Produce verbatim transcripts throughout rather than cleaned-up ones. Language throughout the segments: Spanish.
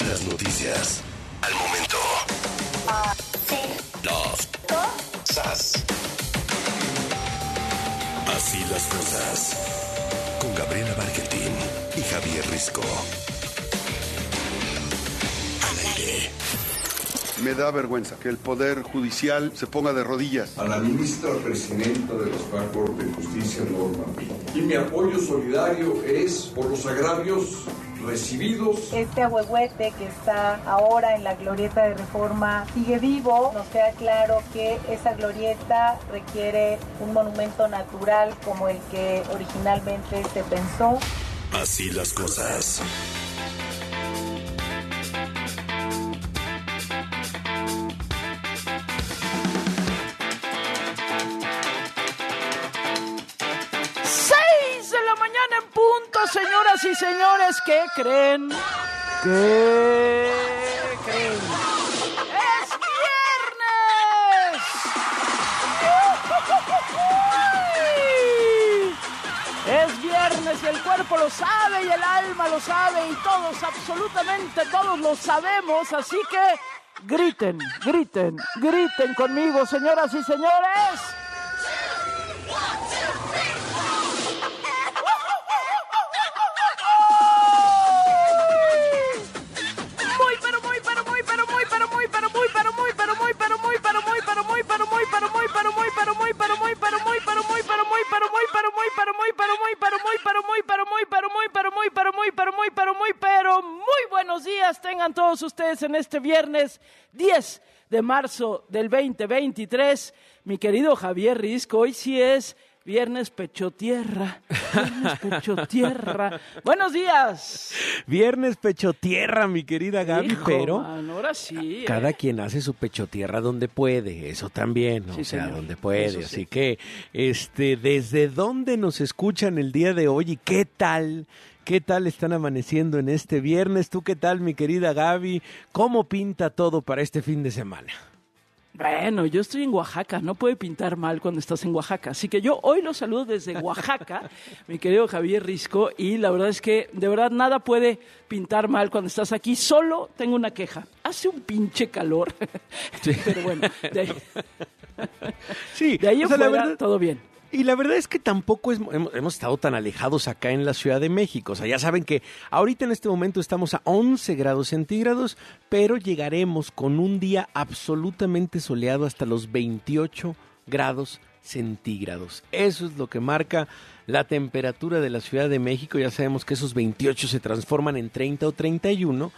Las noticias al momento. Love. Sas. Así las cosas. Con Gabriela Barquetín y Javier Risco. Al aire. Me da vergüenza que el Poder Judicial se ponga de rodillas. A la ministra presidenta de la Suprema Corte de Justicia, Norma Piña. Y mi apoyo solidario es por los agravios recibidos. Este ahuehuete que está ahora en la glorieta de Reforma sigue vivo. Nos queda claro que esa glorieta requiere un monumento natural como el que originalmente se pensó. Así las cosas. Señoras y señores, ¿qué creen? ¿Qué creen? ¡Es viernes! Es viernes y el cuerpo lo sabe y el alma lo sabe y todos, absolutamente todos lo sabemos, así que griten, griten, griten conmigo, señoras y señores. Tengan todos ustedes en este viernes diez de marzo del veinte veintitrés. Mi querido Javier Risco, hoy sí es viernes pecho tierra. Viernes pecho tierra. Buenos días. Viernes pecho tierra, mi querida Gaby, Hijo, pero man, ahora sí, cada eh. quien hace su pecho tierra donde puede, eso también, ¿no? Sí, o sea, señor. donde puede. Eso sí. Así que, este, ¿desde dónde nos escuchan el día de hoy y qué tal? ¿Qué tal están amaneciendo en este viernes? ¿Tú qué tal, mi querida Gaby? ¿Cómo pinta todo para este fin de semana? Bueno, yo estoy en Oaxaca, no puede pintar mal cuando estás en Oaxaca. Así que yo hoy los saludo desde Oaxaca, mi querido Javier Risco, y la verdad es que de verdad nada puede pintar mal cuando estás aquí. Solo tengo una queja, hace un pinche calor, sí. Pero bueno, de ahí, sí, de ahí o sea, afuera, la verdad, todo bien. Y la verdad es que tampoco es, hemos, hemos estado tan alejados acá en la Ciudad de México. O sea, ya saben que ahorita en este momento estamos a once grados centígrados, pero llegaremos con un día absolutamente soleado hasta los veintiocho grados centígrados. Eso es lo que marca la temperatura de la Ciudad de México. Ya sabemos que esos veintiocho se transforman en treinta o treinta y uno.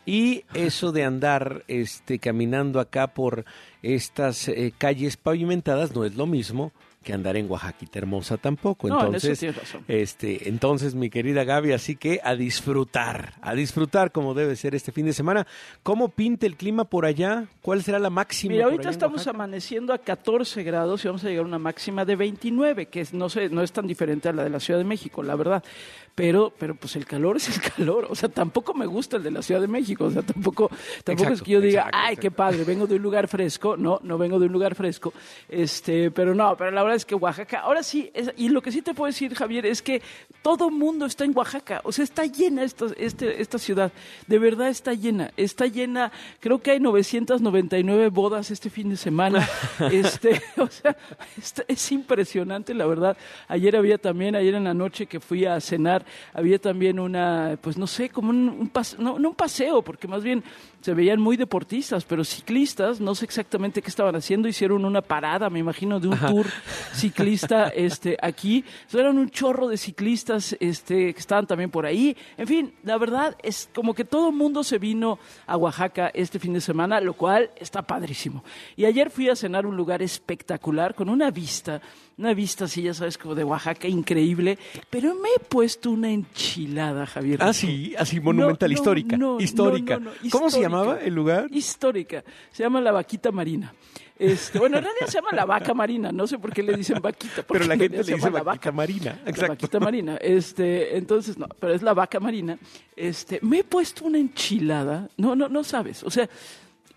Y eso de andar este, caminando acá por estas eh, calles pavimentadas no es lo mismo que andar en Oaxaquita hermosa tampoco. No, entonces, en eso tienes razón. este, entonces, mi querida Gaby, así que a disfrutar, a disfrutar como debe ser este fin de semana. ¿Cómo pinta el clima por allá? ¿Cuál será la máxima? Mira, por ahorita allá en estamos Oaxaca? amaneciendo a catorce grados y vamos a llegar a una máxima de veintinueve, que es, no sé, no es tan diferente a la de la Ciudad de México, la verdad. Pero, pero pues el calor es el calor. O sea, tampoco me gusta el de la Ciudad de México. O sea, tampoco, tampoco Exacto, es que yo diga, exacto, ay, exacto. qué padre, vengo de un lugar fresco. No, no vengo de un lugar fresco. Este, pero no, pero la verdad es que Oaxaca, ahora sí, es, y lo que sí te puedo decir, Javier, es que todo mundo está en Oaxaca. O sea, está llena esta, este, esta ciudad. De verdad está llena. Está llena, creo que hay novecientas noventa y nueve bodas este fin de semana. este, o sea, es, es impresionante, la verdad. Ayer había también, ayer en la noche que fui a cenar, había también una, pues no sé, como un, un paseo, no, no un paseo, porque más bien se veían muy deportistas, pero ciclistas, no sé exactamente qué estaban haciendo, hicieron una parada, me imagino, de un Ajá. tour ciclista este, aquí. So, eran un chorro de ciclistas este, que estaban también por ahí. En fin, la verdad es como que todo el mundo se vino a Oaxaca este fin de semana, lo cual está padrísimo. Y ayer fui a cenar a un lugar espectacular, con una vista, una vista así, ya sabes, como de Oaxaca, increíble, pero me he puesto una enchilada, Javier. Ah, sí, así monumental, No, no, histórica, no, histórica. no, no, no, ¿Cómo se histórica. llamaba el lugar? Histórica. Se llama La Vaquita Marina. Este, bueno, en realidad se llama La Vaca Marina. No sé por qué le dicen vaquita. Pero la en gente realidad le se dice llama vaquita La marina. La Exacto. Vaquita Marina. Este, entonces, no, pero es La Vaca Marina. Este, me he puesto una enchilada. No, no, no sabes. O sea,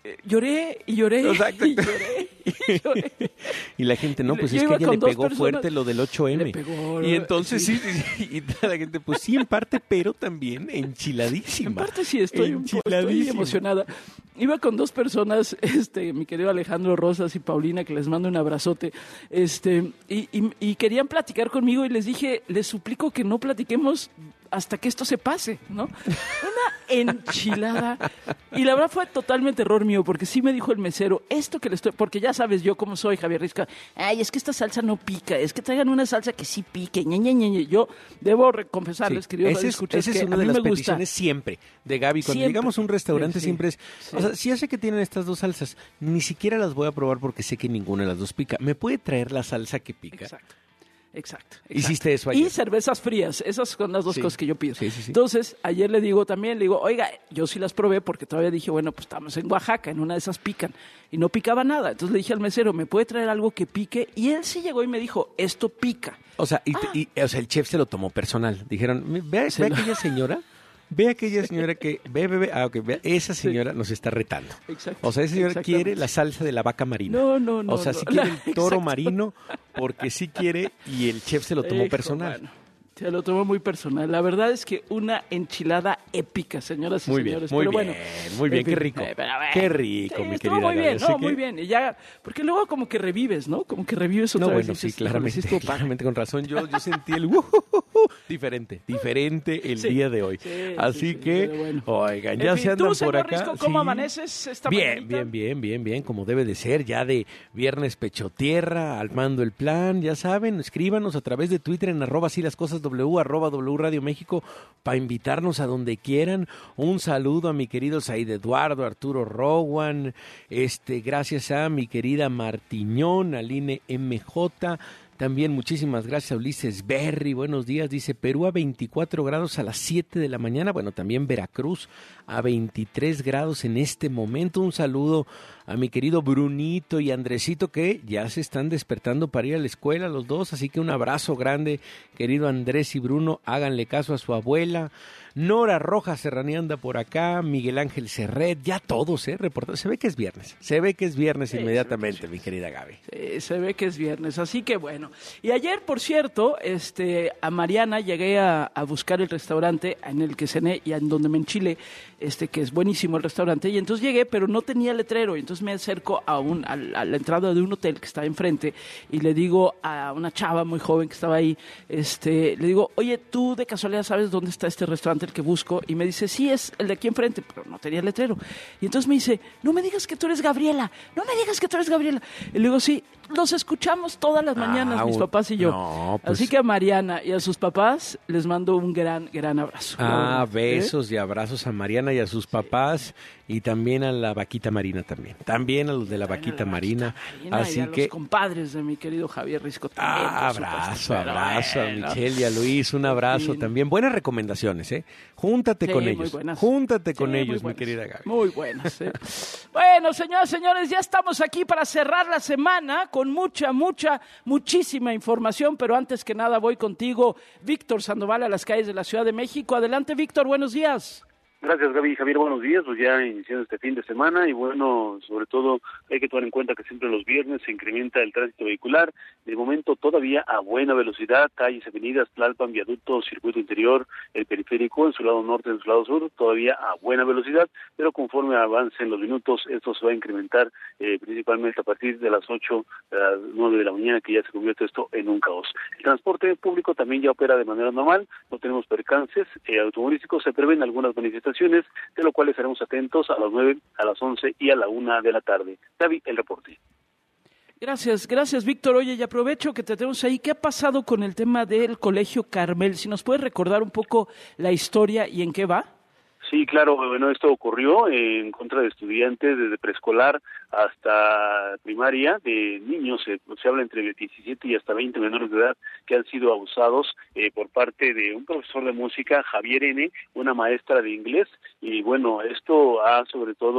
Lloré y lloré Exacto. y lloré y lloré. Y la gente, no, pues Yo es que iba ella con le dos pegó personas. fuerte lo del ocho eme. Le pegó, y entonces sí, sí. sí, sí, y toda la gente, pues sí, en parte, pero también enchiladísima. En parte sí, estoy un poco estoy Enchiladísima. emocionada. Iba con dos personas, este, mi querido Alejandro Rosas y Paulina, que les mando un abrazote, este, y, y, y querían platicar conmigo y les dije, les suplico que no platiquemos hasta que esto se pase, ¿no? Una enchilada. Y la verdad fue totalmente error mío, porque sí me dijo el mesero, esto que le estoy... Porque ya sabes yo cómo soy, Javier Risco. Ay, es que esta salsa no pica, es que traigan una salsa que sí pique. Ñe, Ñe, Ñe, Ñe. Yo debo re- confesarles, Sí, queridos esa es, escuchas, esa es que una a de mí las me gusta. peticiones siempre de Gaby. Cuando Siempre. llegamos a un restaurante Sí, siempre es... sí. O sea, si ya sé que tienen estas dos salsas, ni siquiera las voy a probar porque sé que ninguna de las dos pica. ¿Me puede traer la salsa que pica? Exacto. Exacto, exacto. Hiciste eso ayer. Y cervezas frías, esas son las dos Sí. cosas que yo pido. Sí, sí, sí. Entonces, ayer le digo también, le digo, oiga, yo sí las probé porque todavía dije, bueno, pues estamos en Oaxaca, en una de esas pican. Y no picaba nada. Entonces le dije al mesero, ¿me puede traer algo que pique? Y él sí llegó y me dijo, esto pica. O sea, y, Ah. y- o sea, el chef se lo tomó personal. Dijeron, ve, Se ve lo- aquella señora, ve aquella señora que, ve, ve, ve, ah, ok, ve, esa señora nos está retando. Exacto, O sea, esa señora exactamente. quiere la salsa de la vaca marina. No, no, no, O sea, no. sí quiere La- el toro exacto. marino porque sí quiere y el chef se lo tomó Hijo, personal. bueno, se lo tomó muy personal. La verdad es que una enchilada épica, señoras y Muy bien, señores. muy Pero bien, bueno, muy bien, en qué fin, rico. eh, pero a ver. Qué rico, Sí, mi estuvo querida muy bien, Gaby, así no, muy que- bien. Y ya, porque luego como que revives, ¿no? Como que revives otra No, vez. bueno, dices, sí, "Híjole, claramente, sí estuvo padre". claramente con razón. Yo, yo sentí el uh, diferente, diferente el Sí, día de hoy. sí, Así sí, sí, que, pero bueno. oigan, En ya fin, se andan ¿tú, por señor acá. Risco, cómo Sí. amaneces esta Bien, mañanita? bien, bien, bien, bien, como debe de ser, ya de viernes pecho tierra, armando el plan, ya saben, escríbanos a través de Twitter en arroba así las cosas W, arroba W Radio México, para invitarnos a donde quieran. Un saludo a mi querido Said Eduardo, Arturo Rowan, este, gracias a mi querida Martiñón, Aline M J, también muchísimas gracias a Ulises Berry, buenos días, dice Perú a veinticuatro grados a las siete de la mañana, bueno, también Veracruz a veintitrés grados en este momento. Un saludo a mi querido Brunito y Andresito, que ya se están despertando para ir a la escuela los dos, así que un abrazo grande, querido Andrés y Bruno, háganle caso a su abuela. Nora Rojas Serrani anda por acá, Miguel Ángel Serret, ya todos, ¿eh? Reportados. Se ve que es viernes, se ve que es viernes Sí, inmediatamente, mi querida Gaby. Sí, se ve que es viernes, así que bueno. Y ayer, por cierto, este, a Mariana llegué a, a buscar el restaurante en el que cené y en donde me enchilé, este, que es buenísimo el restaurante, y entonces llegué, pero no tenía letrero, y entonces me acerco a, un, a, a la entrada de un hotel que estaba enfrente, y le digo a una chava muy joven que estaba ahí, este, le digo, oye, ¿tú de casualidad sabes dónde está este restaurante el que busco? Y me dice, sí, es el de aquí enfrente, pero no tenía letrero. Y entonces me dice, no me digas que tú eres Gabriela, no me digas que tú eres Gabriela. Y le digo, sí, los escuchamos todas las mañanas, Ah, mis un- papás y yo. no, pues- Así que a Mariana y a sus papás les mando un gran, gran abrazo. Ah, ¿Eh? besos y abrazos a Mariana y a sus papás y también a la vaquita marina también. También a los de la vaquita marina. Marina, y Así a que los compadres de mi querido Javier Risco también, ah, por abrazo, supuesto. Pero abrazo a bueno. Michelle y a Luis, un abrazo fin. también. Buenas recomendaciones, ¿eh? Júntate Sí, con muy ellos. buenas. Júntate Sí, con muy ellos, mi buenas. querida Gaby. Muy buenas. ¿eh? Bueno, señoras y señores, ya estamos aquí para cerrar la semana con mucha, mucha, muchísima información, pero antes que nada voy contigo, Víctor Sandoval, a las calles de la Ciudad de México. Adelante, Víctor, buenos días. Gracias, Gaby y Javier, buenos días. Pues ya iniciando este fin de semana y bueno, sobre todo hay que tomar en cuenta que siempre los viernes se incrementa el tránsito vehicular. De momento todavía a buena velocidad, calles, avenidas, Tlalpan, Viaducto, Circuito Interior, el Periférico, en su lado norte, en su lado sur, todavía a buena velocidad, pero conforme avancen los minutos, esto se va a incrementar eh, principalmente a partir de las ocho, de las nueve de la mañana, que ya se convierte esto en un caos. El transporte público también ya opera de manera normal, no tenemos percances eh, automovilísticos, se prevén algunas manifestaciones, de lo cual estaremos atentos a las nueve, a las once y a la una de la tarde. Gaby, el reporte. Gracias, gracias, Víctor. Oye, y aprovecho que te tenemos ahí. ¿Qué ha pasado con el tema del Colegio Carmel? Si nos puedes recordar un poco la historia y en qué va. Sí, claro, bueno, esto ocurrió en contra de estudiantes desde preescolar hasta primaria, de niños, se, se habla entre diecisiete y hasta veinte menores de edad que han sido abusados eh, por parte de un profesor de música, Javier N., una maestra de inglés, y bueno, esto ha sobre todo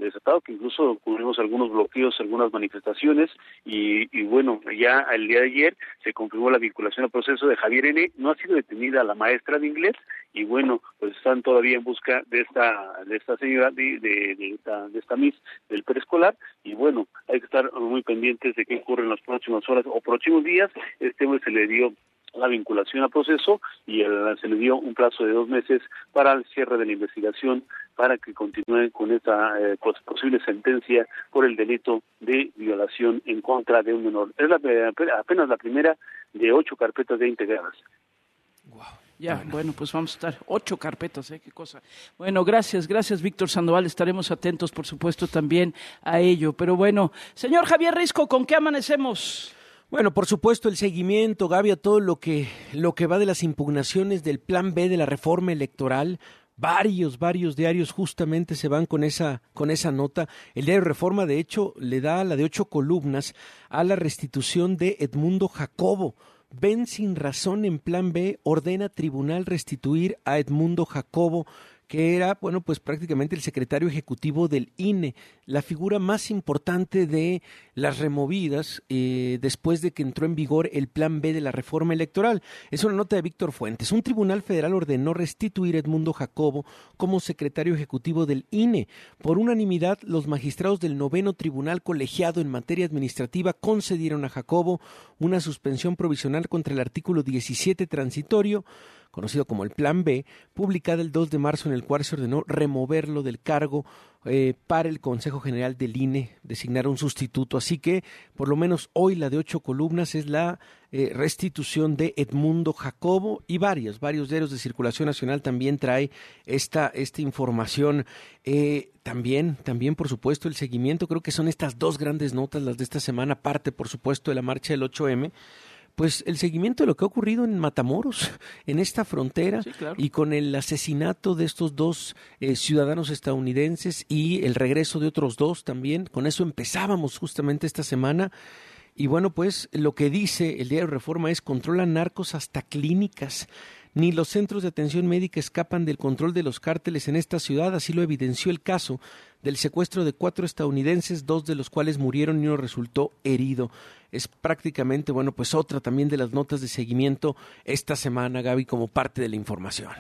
desatado, que incluso tuvimos algunos bloqueos, algunas manifestaciones, y, y bueno, ya el día de ayer se confirmó la vinculación al proceso de Javier N. No ha sido detenida la maestra de inglés, y bueno, pues están todavía en busca de esta de esta señora, de, de, de esta de esta Miss del preescolar, y bueno, hay que estar muy pendientes de qué ocurre en las próximas horas o próximos días. Este hombre se le dio la vinculación al proceso y el, se le dio un plazo de dos meses para el cierre de la investigación, para que continúe con esta eh, posible sentencia por el delito de violación en contra de un menor. Es la, apenas la primera de ocho carpetas ya integradas. Wow. Ya, bueno. bueno, pues vamos a estar ocho carpetas, ¿eh? Qué cosa. Bueno, gracias, gracias, Víctor Sandoval. Estaremos atentos, por supuesto, también a ello. Pero bueno, señor Javier Risco, ¿con qué amanecemos? Bueno, por supuesto, el seguimiento, Gaby, a todo lo que, lo que va de las impugnaciones del Plan B de la reforma electoral. Varios, varios diarios justamente se van con esa, con esa nota. El diario Reforma, de hecho, le da la de ocho columnas a la restitución de Edmundo Jacobo. Ven sin razón en Plan B, ordena tribunal restituir a Edmundo Jacobo, que era, bueno, pues prácticamente el secretario ejecutivo del I N E, la figura más importante de las removidas eh, después de que entró en vigor el Plan B de la reforma electoral. Es una nota de Víctor Fuentes. Un tribunal federal ordenó restituir a Edmundo Jacobo como secretario ejecutivo del I N E. Por unanimidad, los magistrados del noveno tribunal colegiado en materia administrativa concedieron a Jacobo una suspensión provisional contra el artículo diecisiete transitorio, conocido como el Plan B, publicada el dos de marzo, en el cual se ordenó removerlo del cargo eh, para el Consejo General del I N E, designar un sustituto. Así que, por lo menos hoy, la de ocho columnas es la eh, restitución de Edmundo Jacobo, y varios, varios diarios de circulación nacional también trae esta, esta información. Eh, también, también, por supuesto, el seguimiento, creo que son estas dos grandes notas, las de esta semana, parte, por supuesto, de la marcha del ocho eme, pues el seguimiento de lo que ha ocurrido en Matamoros, en esta frontera, sí, claro. Y con el asesinato de estos dos eh, ciudadanos estadounidenses y el regreso de otros dos también. Con eso empezábamos justamente esta semana. Y bueno, pues lo que dice el diario Reforma es: controlan narcos hasta clínicas. Ni los centros de atención médica escapan del control de los cárteles en esta ciudad. Así lo evidenció el caso del secuestro de cuatro estadounidenses, dos de los cuales murieron y uno resultó herido. Es prácticamente, bueno, pues otra también de las notas de seguimiento esta semana, Gaby, como parte de la información.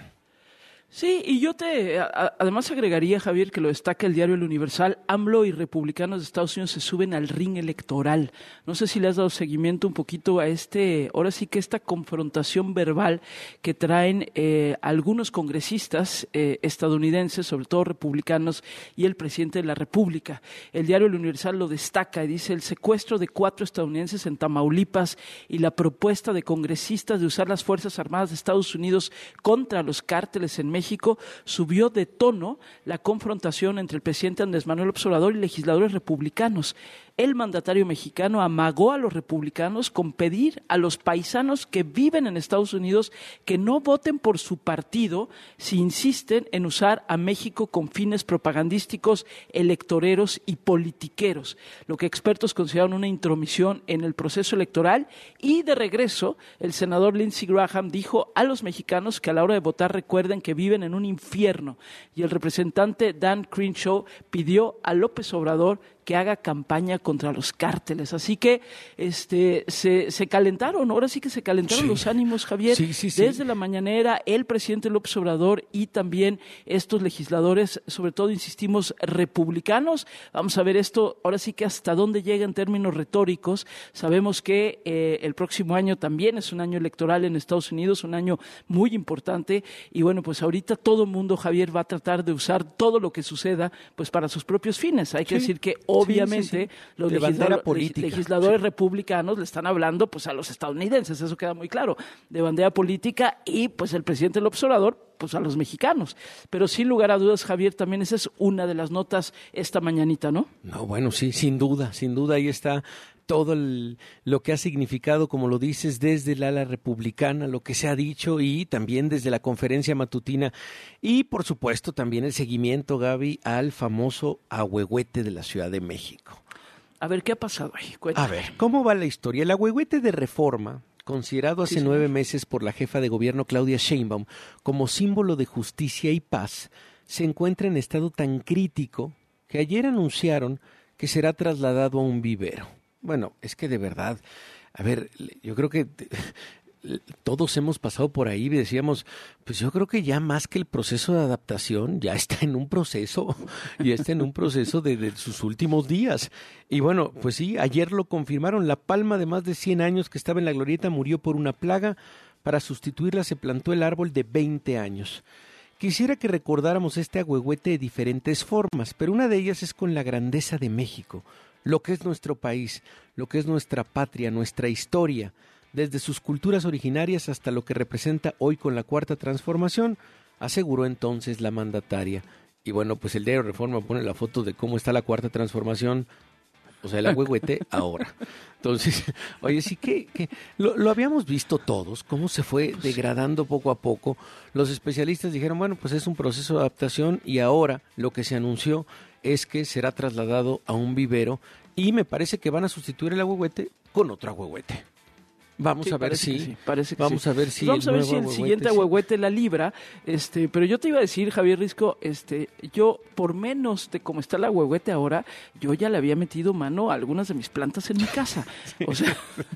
Sí, y yo te a, además agregaría, Javier, que lo destaca el diario El Universal: AMLO y republicanos de Estados Unidos se suben al ring electoral. No sé si le has dado seguimiento un poquito a este, ahora sí que esta confrontación verbal que traen eh, algunos congresistas eh, estadounidenses, sobre todo republicanos, y el presidente de la República. El diario El Universal lo destaca y dice: el secuestro de cuatro estadounidenses en Tamaulipas y la propuesta de congresistas de usar las Fuerzas Armadas de Estados Unidos contra los cárteles en México México subió de tono la confrontación entre el presidente Andrés Manuel López Obrador y legisladores republicanos. El mandatario mexicano amagó a los republicanos con pedir a los paisanos que viven en Estados Unidos que no voten por su partido si insisten en usar a México con fines propagandísticos, electoreros y politiqueros, lo que expertos consideraron una intromisión en el proceso electoral. Y de regreso, el senador Lindsey Graham dijo a los mexicanos que a la hora de votar recuerden que viven en un infierno, y el representante Dan Crenshaw pidió a López Obrador que haga campaña contra los cárteles. Así que este se, se calentaron, ahora sí que se calentaron sí. los ánimos, Javier, sí, sí, sí. desde la mañanera, el presidente López Obrador y también estos legisladores, sobre todo, insistimos, republicanos. Vamos a ver esto, ahora sí que hasta dónde llega en términos retóricos. Sabemos que eh, el próximo año también es un año electoral en Estados Unidos, un año muy importante, y bueno, pues ahorita todo el mundo, Javier, va a tratar de usar todo lo que suceda pues para sus propios fines. Hay que sí. decir que obviamente sí, sí, sí. los legislador, legisladores sí. republicanos le están hablando pues a los estadounidenses, eso queda muy claro, de bandera política, y pues el presidente López Obrador pues a los mexicanos. Pero sin lugar a dudas, Javier, también esa es una de las notas esta mañanita, ¿no? No, bueno, sí, sin duda, sin duda ahí está todo el, lo que ha significado, como lo dices, desde el ala republicana, lo que se ha dicho, y también desde la conferencia matutina, y por supuesto también el seguimiento, Gaby, al famoso ahuehuete de la Ciudad de México. A ver, ¿qué ha pasado ahí? Cuéntame. A ver, ¿cómo va la historia? El ahuehuete de Reforma, considerado hace sí, nueve meses por la jefa de gobierno Claudia Sheinbaum como símbolo de justicia y paz, se encuentra en estado tan crítico que ayer anunciaron que será trasladado a un vivero. Bueno, es que de verdad, a ver, yo creo que todos hemos pasado por ahí y decíamos, pues yo creo que ya más que el proceso de adaptación, ya está en un proceso, ya está en un proceso de, de sus últimos días. Y bueno, pues sí, ayer lo confirmaron, la palma de más de cien años que estaba en la glorieta murió por una plaga, para sustituirla se plantó el árbol de veinte años. Quisiera que recordáramos este ahuehuete de diferentes formas, pero una de ellas es con la grandeza de México, lo que es nuestro país, lo que es nuestra patria, nuestra historia, desde sus culturas originarias hasta lo que representa hoy con la Cuarta Transformación, aseguró entonces la mandataria. Y bueno, pues el diario Reforma pone la foto de cómo está la Cuarta Transformación, o sea, el ahuehuete ahora. Entonces, oye, sí que, que lo, lo habíamos visto todos, cómo se fue degradando poco a poco. Los especialistas dijeron, bueno, pues es un proceso de adaptación y ahora lo que se anunció es que será trasladado a un vivero y me parece que van a sustituir el ahuehuete con otro ahuehuete. Vamos sí, a ver si, sí, parece que vamos sí. a ver si, vamos el, a ver si el siguiente ahuehuete la libra, este, pero yo te iba a decir, Javier Risco, este, yo por menos de cómo está el ahuehuete ahora, yo ya le había metido mano a algunas de mis plantas en mi casa, o sea,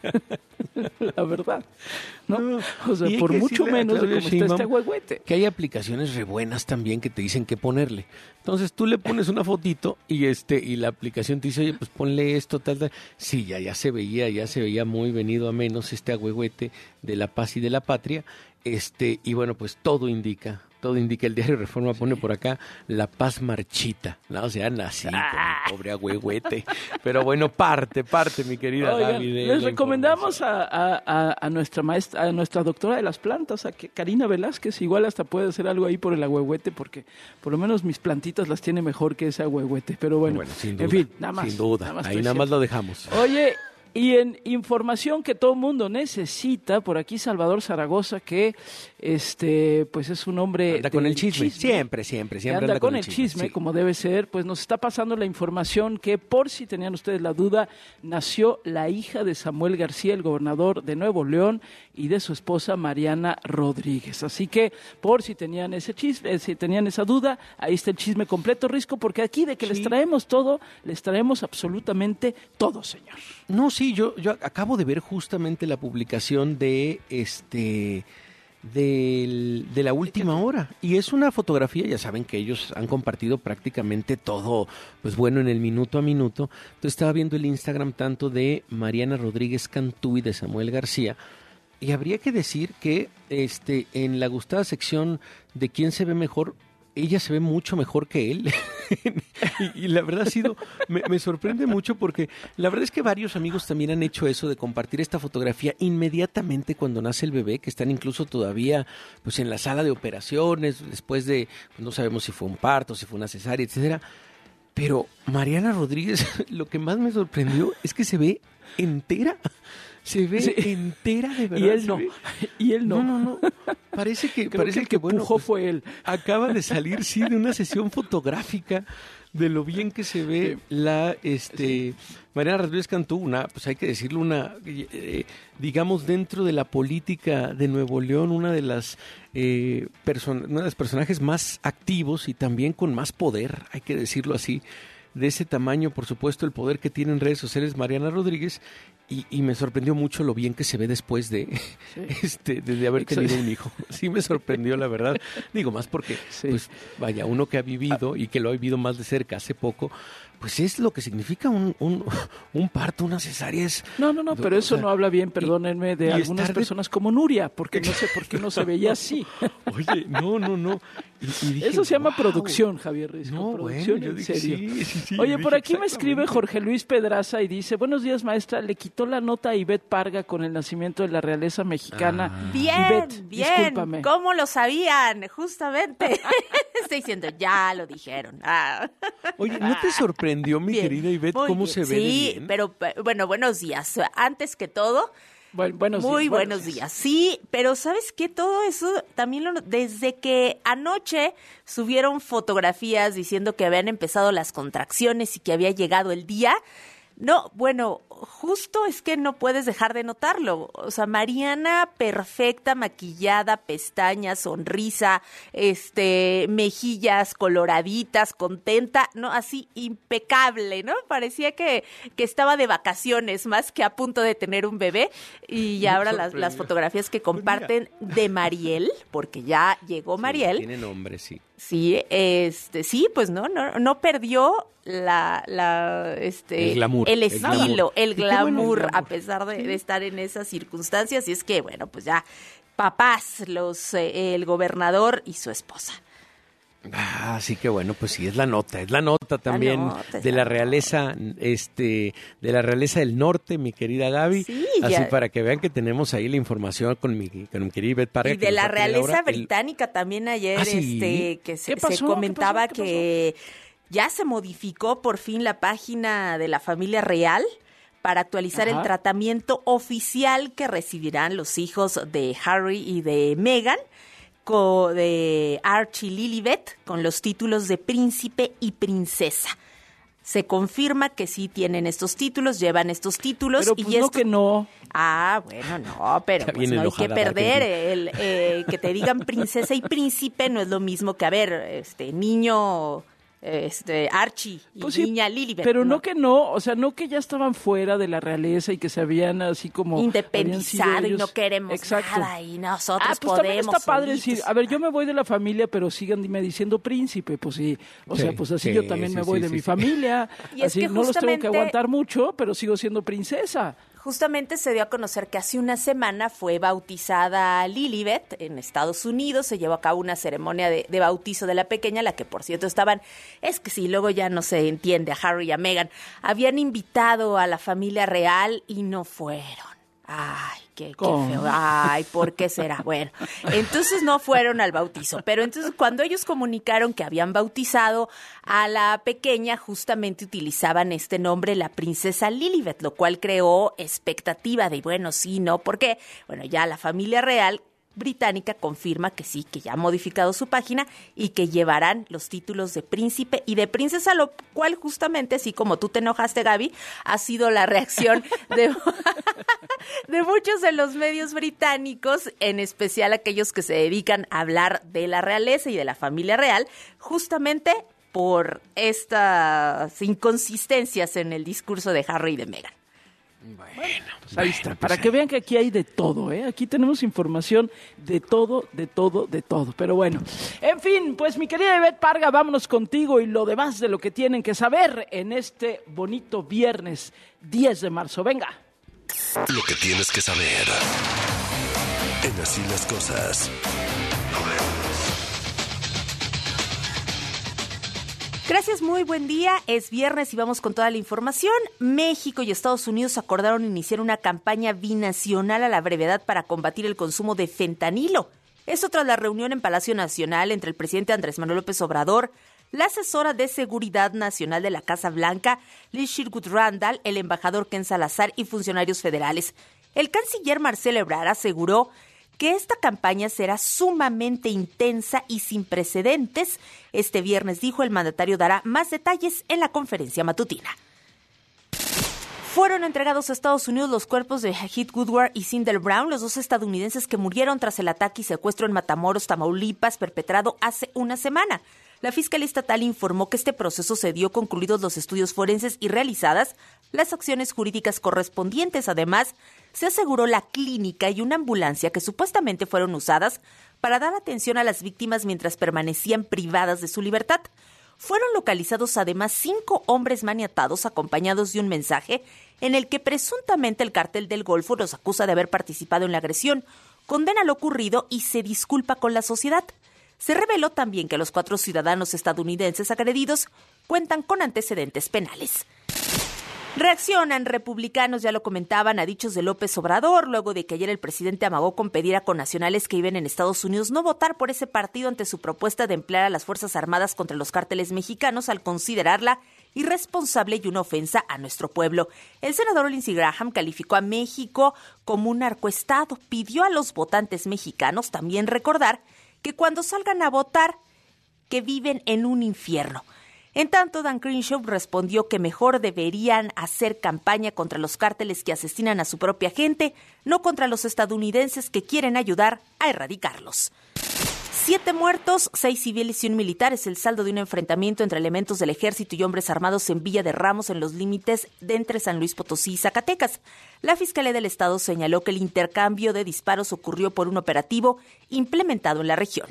la verdad, ¿no? no o sea, por mucho menos de cómo está este ahuehuete. Que hay aplicaciones re buenas también que te dicen qué ponerle. Entonces tú le pones una fotito y este y la aplicación te dice, oye, pues ponle esto, tal, tal. Sí, ya, ya se veía, ya se veía muy venido a menos este ahuehuete de la paz y de la patria. Este, y bueno, pues todo indica, todo indica, el diario Reforma pone por acá, la paz marchita, ¿no? O sea, nací con el pobre ahuehuete. Pero bueno, parte, parte, mi querida Oigan, Gaby. Les recomendamos a, a, a nuestra maestra, a nuestra doctora de las plantas, a que, Karina Velázquez, igual hasta puede hacer algo ahí por el ahuehuete, porque por lo menos mis plantitas las tiene mejor que ese ahuehuete. Pero bueno, bueno sin duda, en fin, nada más. Sin duda, nada más ahí nada más lo dejamos. Oye, y en información que todo el mundo necesita, por aquí Salvador Zaragoza, que este pues es un hombre... Anda con el chisme. chisme, siempre, siempre, siempre anda, anda con, con el chisme, chisme sí. como debe ser, pues nos está pasando la información que, por si tenían ustedes la duda, nació la hija de Samuel García, el gobernador de Nuevo León, y de su esposa Mariana Rodríguez. Así que, por si tenían ese chisme, si tenían esa duda, ahí está el chisme completo, Risco, porque aquí de que sí. les traemos todo, les traemos absolutamente todo, señor. No, sí, yo, yo acabo de ver justamente la publicación de este del, de la última hora y es una fotografía, ya saben que ellos han compartido prácticamente todo, pues bueno, en el minuto a minuto. Entonces estaba viendo el Instagram tanto de Mariana Rodríguez Cantú y de Samuel García y habría que decir que este en la gustada sección de quién se ve mejor, ella se ve mucho mejor que él y, y la verdad ha sido, me, me sorprende mucho porque la verdad es que varios amigos también han hecho eso de compartir esta fotografía inmediatamente cuando nace el bebé, que están incluso todavía pues en la sala de operaciones, después de, pues, no sabemos si fue un parto, si fue una cesárea, etcétera. Pero Mariana Rodríguez, lo que más me sorprendió es que se ve entera. Se ve sí. entera de verdad. Y él no. Y él no. No, no, no. Parece que, Creo parece que el que, que bueno, pues, fue él. Acaba de salir, sí, de una sesión fotográfica de lo bien que se ve sí. la, este, sí. Mariana Rodríguez Cantú, una, pues hay que decirlo, una, eh, digamos, dentro de la política de Nuevo León, una de las, eh, person- una de los personajes más activos y también con más poder, hay que decirlo así, de ese tamaño, por supuesto, el poder que tiene en redes sociales Mariana Rodríguez, y, y me sorprendió mucho lo bien que se ve después de, sí. este, de, de haber Exacto. tenido un hijo. Sí me sorprendió, la verdad. Digo, más porque, sí. pues, vaya, uno que ha vivido y que lo ha vivido más de cerca hace poco, pues es lo que significa un, un, un parto, una cesárea. Es, no, no, no, pero eso sea, no habla bien, perdónenme, de algunas personas de... como Nuria, porque no sé por qué no se veía así. Oye, no, no, no. Y, y dije, eso se llama wow. producción, Javier Risco. No, producción bueno, yo en dije, serio. Sí, sí, sí, Oye, por dije, aquí me escribe Jorge Luis Pedraza y dice, buenos días, maestra, le quitó la nota a Ivette Parga con el nacimiento de la realeza mexicana. Ah. Bien, Ivette, bien, discúlpame. ¿Cómo lo sabían? Justamente. Estoy diciendo, ya lo dijeron. Ah. Oye, ¿no te sorprendió, mi bien, querida Ivette, cómo bien. se ve sí, de bien? pero bueno, buenos días. Antes que todo... Bueno, buenos Muy días, buenos, buenos días. días. Sí, pero ¿sabes qué? Todo eso también, lo, desde que anoche subieron fotografías diciendo que habían empezado las contracciones y que había llegado el día, No, bueno, justo es que no puedes dejar de notarlo. O sea, Mariana perfecta, maquillada, pestañas, sonrisa, este, mejillas coloraditas, contenta, ¿no? Así impecable, ¿no? Parecía que, que estaba de vacaciones más que a punto de tener un bebé. Y ahora las, las fotografías que comparten de Mariel, porque ya llegó Mariel. Sí, tiene nombre, sí. Sí, este, sí, pues no, no, no perdió la, la, este, el glamour, el estilo, el glamour, el glamour, bueno, a pesar de, de estar en esas circunstancias. Y es que, bueno, pues ya, papás, los, eh, el gobernador y su esposa. Ah, sí que bueno, pues sí, es la nota, es la nota también la nota, de la realeza, este, de la realeza del norte, mi querida Gaby. Sí, así ya. para que vean que tenemos ahí la información con mi, con mi querida Ivette Parga. Y de la realeza británica el... también ayer, ¿Ah, sí? este, que se, pasó? se comentaba ¿Qué pasó? ¿Qué que ya se modificó por fin la página de la familia real para actualizar Ajá. el tratamiento oficial que recibirán los hijos de Harry y de Meghan, de Archie y Lilibet, con los títulos de príncipe y princesa. Se confirma que sí tienen estos títulos, llevan estos títulos. Pero y pues no esto... que no. Ah, bueno, no, pero pues no hay que perder. El, eh, que te digan princesa y príncipe no es lo mismo que, a ver, este niño... este Archie y pues sí, niña Lilibet. Pero no. no no que no, o sea, no que ya estaban fuera de la realeza y que se habían así como... independizado y no queremos Exacto. nada y nosotros ah, pues podemos. También está padre solitos. decir, a ver, yo me voy de la familia, pero síganme diciendo príncipe, pues sí. O sí, sea, pues así sí, yo también sí, me voy sí, de sí, mi sí. familia. Y es así que no los tengo que justamente- aguantar mucho, pero sigo siendo princesa. Justamente se dio a conocer que hace una semana fue bautizada Lilibet en Estados Unidos. Se llevó a cabo una ceremonia de, de bautizo de la pequeña, la que por cierto estaban, es que sí, luego ya no se entiende, a Harry y a Meghan. Habían invitado a la familia real y no fueron. Ay, qué, qué feo. Ay, ¿por qué será? Bueno, entonces no fueron al bautizo. Pero entonces cuando ellos comunicaron que habían bautizado a la pequeña, justamente utilizaban este nombre, la princesa Lilibet, lo cual creó expectativa de, bueno, sí, no, ¿por qué? Bueno, ya la familia real británica confirma que sí, que ya ha modificado su página y que llevarán los títulos de príncipe y de princesa, lo cual justamente, así como tú te enojaste, Gaby, ha sido la reacción de, de muchos de los medios británicos, en especial aquellos que se dedican a hablar de la realeza y de la familia real, justamente por estas inconsistencias en el discurso de Harry y de Meghan. Bueno, pues ahí está, para que vean que aquí hay de todo, ¿eh? Aquí tenemos información de todo, de todo, de todo. Pero bueno, en fin, pues mi querida Ivette Parga, vámonos contigo y lo demás de lo que tienen que saber en este bonito viernes diez de marzo. Venga. Lo que tienes que saber en Así las Cosas. Gracias, muy buen día. Es viernes y vamos con toda la información. México y Estados Unidos acordaron iniciar una campaña binacional a la brevedad para combatir el consumo de fentanilo. Esto tras la reunión en Palacio Nacional entre el presidente Andrés Manuel López Obrador, la asesora de Seguridad Nacional de la Casa Blanca, Liz Sherwood Randall, el embajador Ken Salazar y funcionarios federales. El canciller Marcelo Ebrard aseguró que esta campaña será sumamente intensa y sin precedentes. Este viernes, dijo, el mandatario dará más detalles en la conferencia matutina. Fueron entregados a Estados Unidos los cuerpos de Hajit Woodward y Cindel Brown, los dos estadounidenses que murieron tras el ataque y secuestro en Matamoros, Tamaulipas, perpetrado hace una semana. La Fiscalía Estatal informó que este proceso se dio concluidos los estudios forenses y realizadas las acciones jurídicas correspondientes. Además, se aseguró la clínica y una ambulancia que supuestamente fueron usadas para dar atención a las víctimas mientras permanecían privadas de su libertad. Fueron localizados además cinco hombres maniatados acompañados de un mensaje en el que presuntamente el Cártel del Golfo los acusa de haber participado en la agresión, condena lo ocurrido y se disculpa con la sociedad. Se reveló también que los cuatro ciudadanos estadounidenses agredidos cuentan con antecedentes penales. Reaccionan republicanos, ya lo comentaban, a dichos de López Obrador, luego de que ayer el presidente amagó con pedir a connacionales que viven en Estados Unidos no votar por ese partido ante su propuesta de emplear a las Fuerzas Armadas contra los cárteles mexicanos al considerarla irresponsable y una ofensa a nuestro pueblo. El senador Lindsey Graham calificó a México como un narcoestado, pidió a los votantes mexicanos también recordar que cuando salgan a votar, que viven en un infierno. En tanto, Dan Crenshaw respondió que mejor deberían hacer campaña contra los cárteles que asesinan a su propia gente, no contra los estadounidenses que quieren ayudar a erradicarlos. Siete muertos, seis civiles y un militar es el saldo de un enfrentamiento entre elementos del ejército y hombres armados en Villa de Ramos en los límites de entre San Luis Potosí y Zacatecas. La Fiscalía del Estado señaló que el intercambio de disparos ocurrió por un operativo implementado en la región.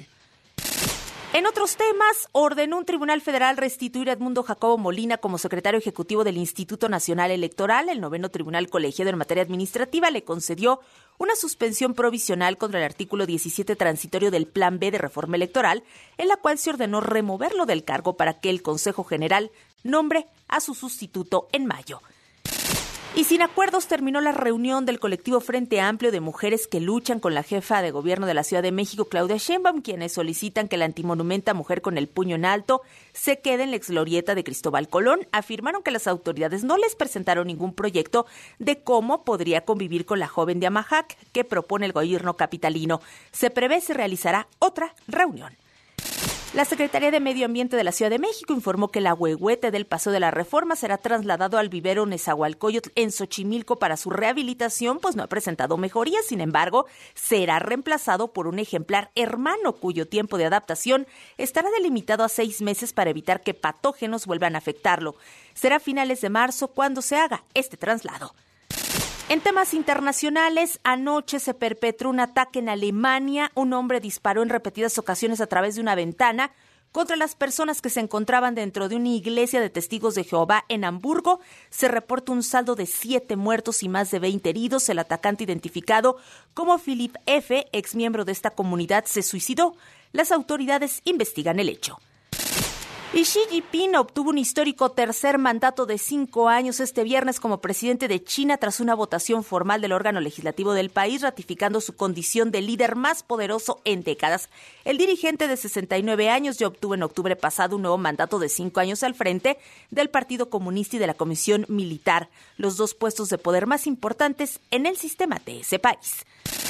En otros temas, ordenó un tribunal federal restituir a Edmundo Jacobo Molina como secretario ejecutivo del Instituto Nacional Electoral. El noveno tribunal colegiado en materia administrativa le concedió una suspensión provisional contra el artículo diecisiete transitorio del Plan B de reforma electoral, en la cual se ordenó removerlo del cargo para que el Consejo General nombre a su sustituto en mayo. Y sin acuerdos terminó la reunión del colectivo Frente Amplio de Mujeres que luchan con la jefa de gobierno de la Ciudad de México, Claudia Sheinbaum, quienes solicitan que la antimonumenta Mujer con el puño en alto se quede en la exglorieta de Cristóbal Colón. Afirmaron que las autoridades no les presentaron ningún proyecto de cómo podría convivir con la joven de Amajac que propone el gobierno capitalino. Se prevé se realizará otra reunión. La Secretaría de Medio Ambiente de la Ciudad de México informó que el ahuehuete del Paseo de la Reforma será trasladado al vivero Nezahualcóyotl en Xochimilco para su rehabilitación, pues no ha presentado mejorías. Sin embargo, será reemplazado por un ejemplar hermano cuyo tiempo de adaptación estará delimitado a seis meses para evitar que patógenos vuelvan a afectarlo. Será a finales de marzo cuando se haga este traslado. En temas internacionales, anoche se perpetró un ataque en Alemania. Un hombre disparó en repetidas ocasiones a través de una ventana contra las personas que se encontraban dentro de una iglesia de testigos de Jehová en Hamburgo. Se reporta un saldo de siete muertos y más de veinte heridos. El atacante, identificado como Philip F., exmiembro de esta comunidad, se suicidó. Las autoridades investigan el hecho. Y Xi Jinping obtuvo un histórico tercer mandato de cinco años este viernes como presidente de China tras una votación formal del órgano legislativo del país, ratificando su condición de líder más poderoso en décadas. El dirigente de sesenta y nueve años ya obtuvo en octubre pasado un nuevo mandato de cinco años al frente del Partido Comunista y de la Comisión Militar, los dos puestos de poder más importantes en el sistema de ese país.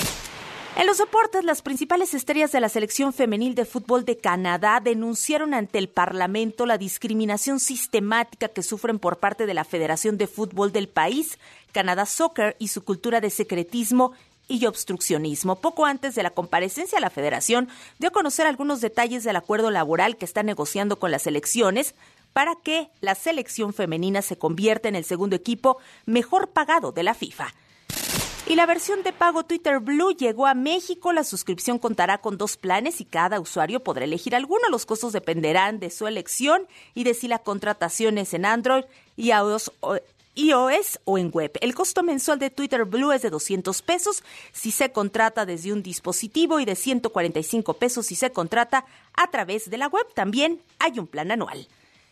En los deportes, las principales estrellas de la selección femenil de fútbol de Canadá denunciaron ante el Parlamento la discriminación sistemática que sufren por parte de la Federación de Fútbol del país, Canadá Soccer, y su cultura de secretismo y obstruccionismo. Poco antes de la comparecencia, la Federación dio a conocer algunos detalles del acuerdo laboral que está negociando con las elecciones para que la selección femenina se convierta en el segundo equipo mejor pagado de la FIFA. Y la versión de pago Twitter Blue llegó a México. La suscripción contará con dos planes y cada usuario podrá elegir alguno. Los costos dependerán de su elección y de si la contratación es en Android, iOS o, iOS o en web. El costo mensual de Twitter Blue es de doscientos pesos si se contrata desde un dispositivo y de ciento cuarenta y cinco pesos si se contrata a través de la web. También hay un plan anual.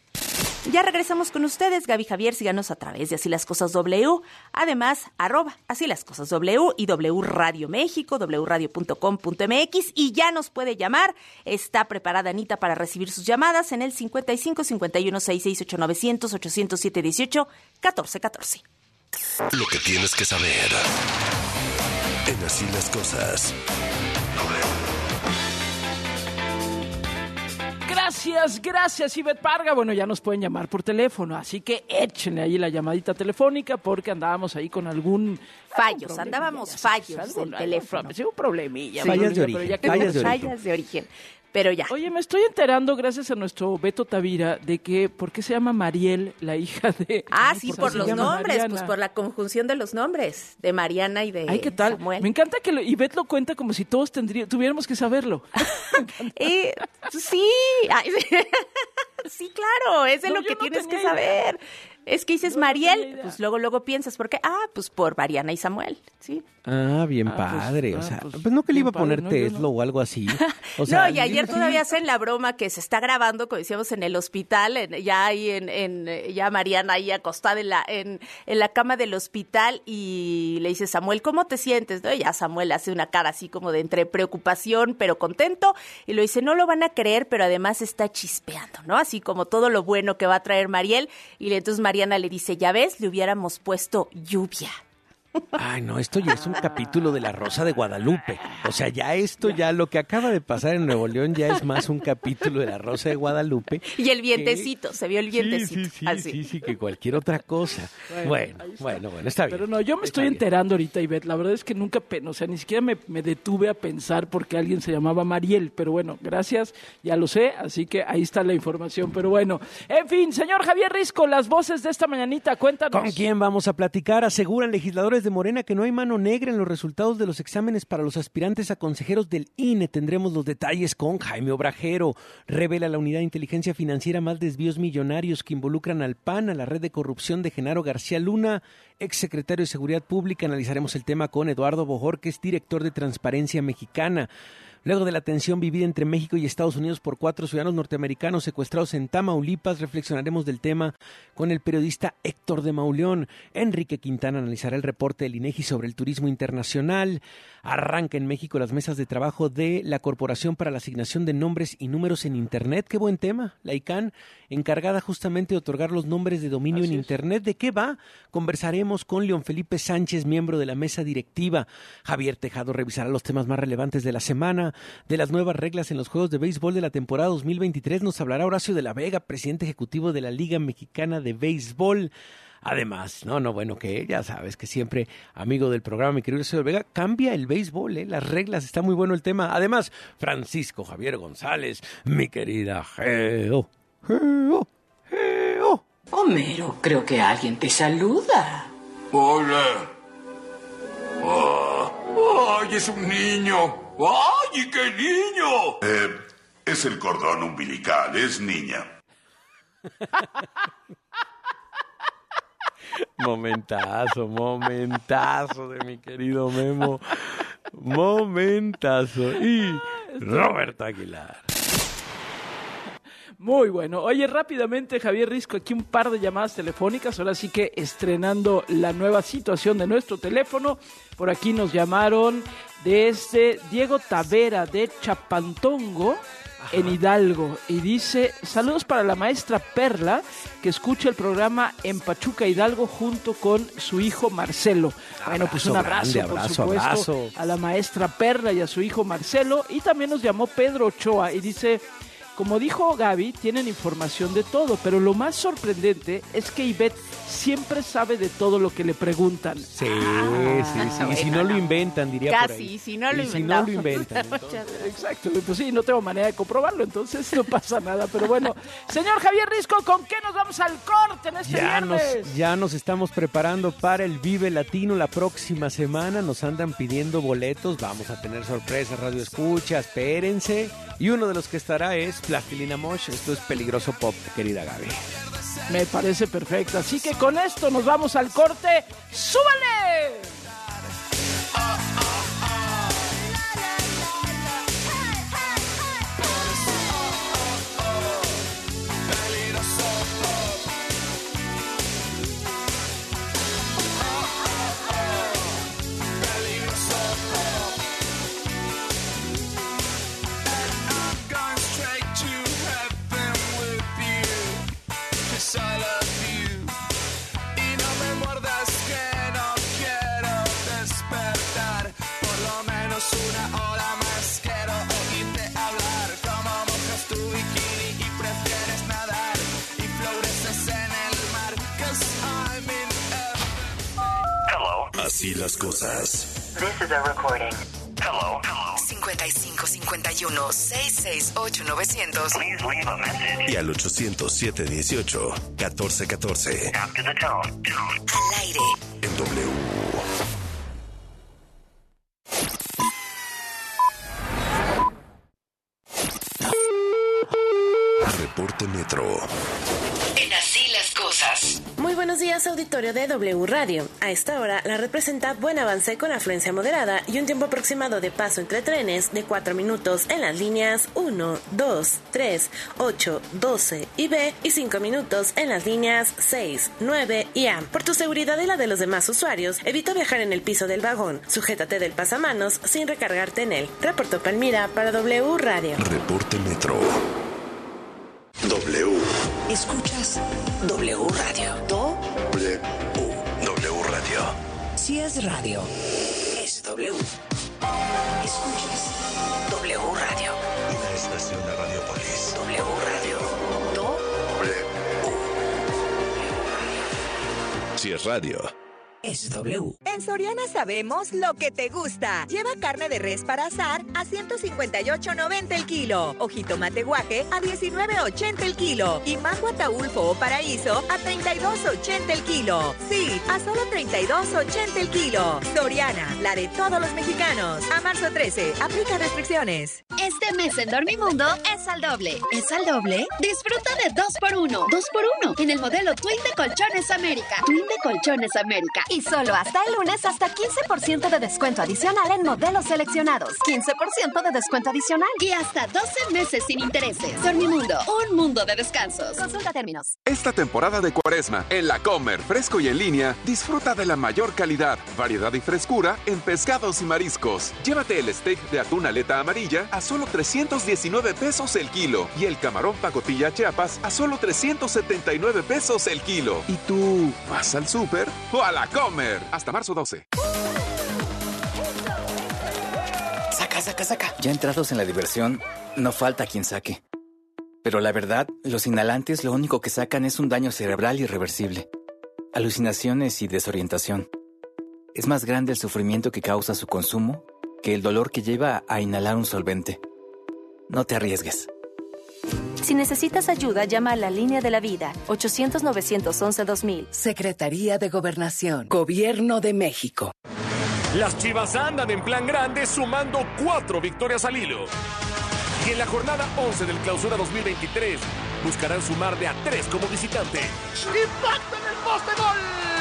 Ya regresamos con ustedes, Gaby Javier, síganos a través de Así las Cosas W, además, arroba Así las Cosas W y W Radio México, w radio punto com punto m x, y ya nos puede llamar. Está preparada Anita para recibir sus llamadas en el cincuenta y cinco, cincuenta y uno, sesenta y seis, ocho novecientos, ochocientos siete, dieciocho, catorce, catorce. Lo que tienes que saber en Así las Cosas. Gracias, gracias, Ivette Parga. Bueno, ya nos pueden llamar por teléfono, así que échenle ahí la llamadita telefónica porque andábamos ahí con algún... Fallos, andábamos fallos del teléfono. Sí, un problemilla. Sí, fallas de origen. Fallas de origen. Fallas de origen. Pero ya. Oye, me estoy enterando, gracias a nuestro Beto Tavira, de que, ¿por qué se llama Mariel, la hija de... Ah, sí, por se los llama nombres, Mariana? pues por la conjunción de los nombres, de Mariana y de Ay, ¿qué tal? Samuel. Me encanta que lo, Ivette lo cuenta como si todos tendría, tuviéramos que saberlo. Eh, sí, Ay, sí, claro, es de No, lo yo que no tienes que tenía idea. saber. Es que dices No, no tenía Mariel, idea. pues luego luego piensas, ¿por qué? Ah, pues por Mariana y Samuel, sí. Ah, bien Ah, pues, padre. ah, o sea, pues, pues, no que le bien iba a poner padre, no, yo Teslo no. o algo así. O sea, No, y ayer sí. todavía hacen la broma que se está grabando, como decíamos, en el hospital, en- ya ahí en, en eh, ya Mariana ahí acostada en la en, en la cama del hospital, y le dice Samuel, ¿cómo te sientes? ¿No? Y ya Samuel hace una cara así como de entre preocupación pero contento, y lo dice, no lo van a creer, pero además está chispeando, ¿no? Así como todo lo bueno que va a traer Mariel, y le- entonces Mariana le dice, ya ves, le hubiéramos puesto lluvia. Ay, no, esto ya es un capítulo de La Rosa de Guadalupe. O sea, ya esto, ya lo que acaba de pasar en Nuevo León ya es más un capítulo de La Rosa de Guadalupe. Y el vientecito, que... se vio el vientecito. Sí, sí, sí, así. sí, sí, que cualquier otra cosa. Bueno, bueno, bueno, bueno, está bien. Pero no, yo me estoy bien. enterando ahorita, Ivette. La verdad es que nunca, o sea, ni siquiera me, me detuve a pensar por qué alguien se llamaba Mariel. Pero bueno, gracias, ya lo sé, así que ahí está la información. Pero bueno, en fin, señor Javier Risco, las voces de esta mañanita, cuéntanos. ¿Con quién vamos a platicar? Aseguran legisladores de Morena que no hay mano negra en los resultados de los exámenes para los aspirantes a consejeros del I N E. Tendremos los detalles con Jaime Obrajero. Revela la Unidad de Inteligencia Financiera más desvíos millonarios que involucran al P A N, a la red de corrupción de Genaro García Luna, exsecretario de Seguridad Pública. Analizaremos el tema con Eduardo Bojorquez, director de Transparencia Mexicana. Luego de la tensión vivida entre México y Estados Unidos por cuatro ciudadanos norteamericanos secuestrados en Tamaulipas, reflexionaremos del tema con el periodista Héctor de Mauleón. Enrique Quintana analizará el reporte del INEGI sobre el turismo internacional. Arranca en México las mesas de trabajo de la Corporación para la Asignación de Nombres y Números en Internet. Qué buen tema. La I C A N, encargada justamente de otorgar los nombres de dominio Así en es. Internet. ¿De qué va? Conversaremos con León Felipe Sánchez, miembro de la mesa directiva. Javier Tejado revisará los temas más relevantes de la semana. De las nuevas reglas en los juegos de béisbol de la temporada dos mil veintitrés nos hablará Horacio de la Vega, presidente ejecutivo de la Liga Mexicana de Béisbol. Además, no, no, bueno, que ya sabes que siempre amigo del programa, mi querido Horacio de la Vega, cambia el béisbol, ¿eh? Las reglas, está muy bueno el tema. Además, Francisco Javier González, mi querida Geo, Geo, Geo. Homero, creo que alguien te saluda. Hola. Oh, ¡ay, es un niño! ¡Ay, qué niño! Eh, es el cordón umbilical, es niña. Momentazo, momentazo de mi querido Memo. Momentazo. Y Roberto Aguilar. Muy bueno. Oye, rápidamente, Javier Risco, aquí un par de llamadas telefónicas. Ahora sí que estrenando la nueva situación de nuestro teléfono. Por aquí nos llamaron desde Diego Tavera de Chapantongo, Ajá. en Hidalgo. Y dice, saludos para la maestra Perla, que escucha el programa en Pachuca, Hidalgo, junto con su hijo Marcelo. Abrazo, bueno, pues un abrazo, grande, abrazo, por supuesto, abrazo. a la maestra Perla y a su hijo Marcelo. Y también nos llamó Pedro Ochoa y dice... Como dijo Gaby, tienen información de todo, pero lo más sorprendente es que Ivette siempre sabe de todo lo que le preguntan. Sí, ah, sí, sí. Y si no lo inventan, diría Casi, por ahí. si no lo y inventan. Si no lo inventan. Exacto, pues sí, no tengo manera de comprobarlo, entonces no pasa nada. Pero bueno, señor Javier Risco, ¿con qué nos vamos al corte en este ya viernes? Nos, ya nos estamos preparando para el Vive Latino la próxima semana. Nos andan pidiendo boletos, vamos a tener sorpresas, radio escucha, espérense. Y uno de los que estará es Plastilina Mosh. Esto es Peligroso Pop, querida Gaby. Me parece perfecto. Así que con esto nos vamos al corte. ¡Súbale! Así las cosas. This is a recording. Hello. Hello. cincuenta y cinco cincuenta y uno, seiscientos sesenta y ocho, novecientos. Please leave a message. Y al ochocientos siete dieciocho, catorce catorce. After the tone. Tone. Al aire. En W. Reporte Metro. En Así las cosas. Muy buenos días, auditorio de W Radio. A esta hora, la red presenta buen avance con afluencia moderada y un tiempo aproximado de paso entre trenes de cuatro minutos en las líneas uno, dos, tres, ocho, doce y B y cinco minutos en las líneas seis, nueve y A. Por tu seguridad y la de los demás usuarios, evita viajar en el piso del vagón. Sujétate del pasamanos sin recargarte en él. Reportó Palmira para W Radio. Reporte Metro. W. Escuchas W Radio. Do. W. W Radio. Si es radio, es W. Escuchas W Radio. Una estación de Radiopolis. W Radio. W. Si es radio, es W. En Soriana sabemos lo que te gusta. Lleva carne de res para asar a ciento cincuenta y ocho noventa el kilo. O jitomate guaje a diecinueve ochenta el kilo. Y mango ataulfo o paraíso a treinta y dos ochenta el kilo. Sí, a solo treinta y dos ochenta el kilo. Soriana, la de todos los mexicanos. A marzo trece, aplica restricciones. Este mes en Dormimundo es al doble. ¿Es al doble? Disfruta de dos por uno. dos por uno en el modelo Twin de Colchones América. Twin de Colchones América. Y solo hasta el lunes, hasta quince por ciento de descuento adicional en modelos seleccionados. quince por ciento de descuento adicional. Y hasta doce meses sin intereses. Dormimundo, un mundo de descansos. Consulta términos. Esta temporada de Cuaresma, en la Comer, fresco y en línea, disfruta de la mayor calidad, variedad y frescura en pescados y mariscos. Llévate el steak de atún aleta amarilla a solo trescientos diecinueve pesos el kilo y el camarón pacotilla Chiapas a solo trescientos setenta y nueve pesos el kilo. ¿Y tú vas al súper o a la Comer? Hasta marzo doce. Saca, saca, saca. Ya entrados en la diversión, no falta quien saque. Pero la verdad, los inhalantes lo único que sacan es un daño cerebral irreversible, alucinaciones y desorientación. Es más grande el sufrimiento que causa su consumo que el dolor que lleva a inhalar un solvente. No te arriesgues. Si necesitas ayuda, llama a la Línea de la Vida, ochocientos, novecientos once, dos mil. Secretaría de Gobernación, Gobierno de México. Las Chivas andan en plan grande sumando cuatro victorias al hilo. Y en la jornada once del Clausura dos mil veintitrés buscarán sumar de a tres como visitante. ¡Impacto en el poste! ¡Gol!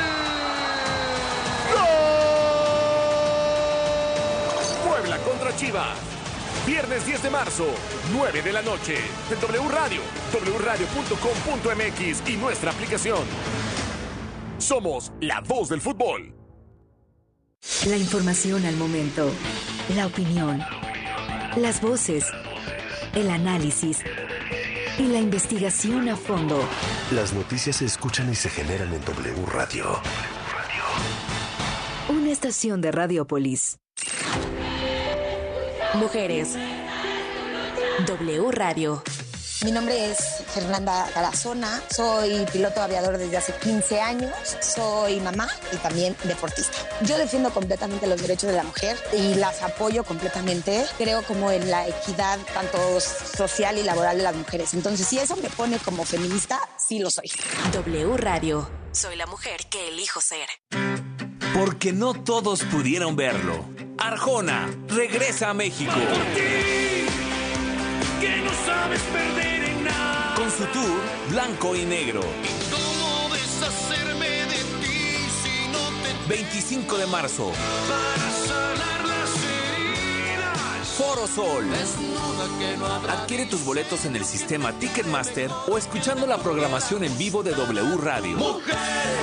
¡Gol! Puebla contra Chivas. Viernes diez de marzo, nueve de la noche, en W Radio, w radio punto com punto m x y nuestra aplicación. Somos la voz del fútbol. La información al momento, la opinión, las voces, el análisis y la investigación a fondo. Las noticias se escuchan y se generan en W Radio. Una estación de Radiopolis. Mujeres. W Radio. Mi nombre es Fernanda Tarazona, soy piloto aviador desde hace quince años, soy mamá y también deportista. Yo defiendo completamente los derechos de la mujer y las apoyo completamente. Creo como en la equidad tanto social y laboral de las mujeres. Entonces, si eso me pone como feminista, sí lo soy. W Radio. Soy la mujer que elijo ser. Porque no todos pudieron verlo. Arjona regresa a México. Por ti, que no sabes perder en nada. Con su tour Blanco y Negro. ¿Cómo deshacerme de ti si no te... veinticinco de marzo. Para sanar las heridas. Foro Sol. Desnuda que no habrá... Adquiere tus boletos en el sistema Ticketmaster o escuchando la programación en vivo de W Radio. Mujer.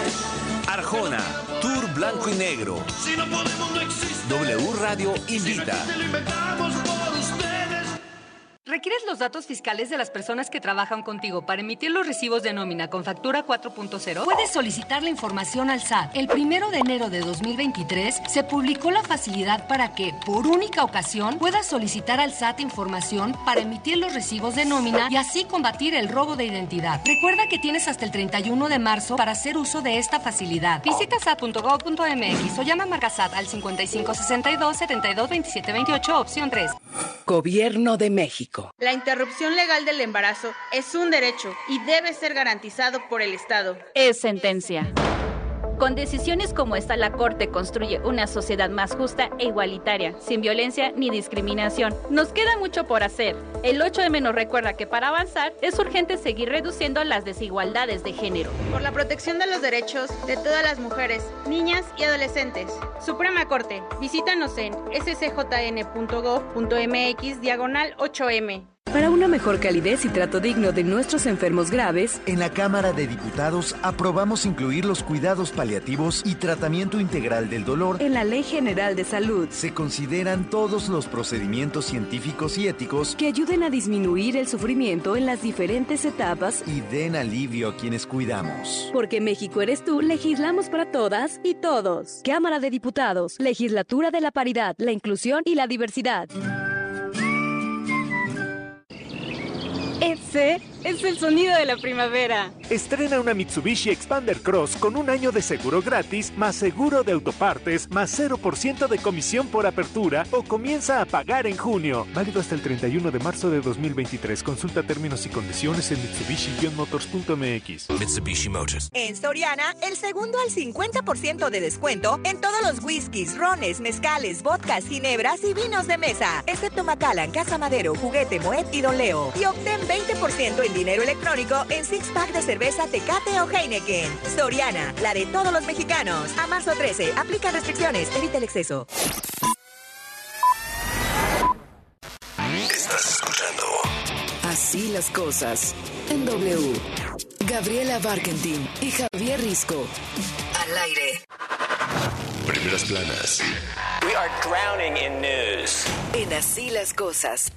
Arjona, Tour Blanco y Negro. Si no podemos, no existe. W Radio invita. Si lo inventamos por ustedes. ¿Requieres los datos fiscales de las personas que trabajan contigo para emitir los recibos de nómina con factura cuatro punto cero? Puedes solicitar la información al S A T. El primero de enero de dos mil veintitrés se publicó la facilidad para que, por única ocasión, puedas solicitar al S A T información para emitir los recibos de nómina y así combatir el robo de identidad. Recuerda que tienes hasta el treinta y uno de marzo para hacer uso de esta facilidad. Visita S A T punto gov punto m x o llama a Marcasat al cincuenta y cinco sesenta y dos setenta y dos veintisiete veintiocho, opción tres. Gobierno de México. La interrupción legal del embarazo es un derecho y debe ser garantizado por el Estado. Es sentencia. Con decisiones como esta, la Corte construye una sociedad más justa e igualitaria, sin violencia ni discriminación. Nos queda mucho por hacer. El ocho eme nos recuerda que para avanzar es urgente seguir reduciendo las desigualdades de género. Por la protección de los derechos de todas las mujeres, niñas y adolescentes. Suprema Corte, visítanos en s c j n punto gov punto m x diagonal ocho eme. Para una mejor calidez y trato digno de nuestros enfermos graves, en la Cámara de Diputados aprobamos incluir los cuidados paliativos y tratamiento integral del dolor en la Ley General de Salud. Se consideran todos los procedimientos científicos y éticos que ayuden a disminuir el sufrimiento en las diferentes etapas y den alivio a quienes cuidamos. Porque México eres tú, legislamos para todas y todos. Cámara de Diputados, Legislatura de la Paridad, la Inclusión y la Diversidad. Ese es el sonido de la primavera. Estrena una Mitsubishi Expander Cross con un año de seguro gratis, más seguro de autopartes, más cero por ciento de comisión por apertura o comienza a pagar en junio. Válido hasta el treinta y uno de marzo de dos mil veintitrés. Consulta términos y condiciones en mitsubishi motors punto m x. Mitsubishi Motors. En Soriana, el segundo al cincuenta por ciento de descuento en todos los whiskies, rones, mezcales, vodkas, ginebras y vinos de mesa, excepto Macallan, Casa Madero, Juguete, Moet y Don Leo. Y obtén veinte por ciento en dinero electrónico en six pack de cerveza Tecate o Heineken. Soriana, la de todos los mexicanos. A marzo trece, aplica restricciones, evita el exceso. Estás escuchando Así las cosas en W. Gabriela Barkentin y Javier Risco. Al aire. Primeras planas. We are drowning in news. En Así las cosas.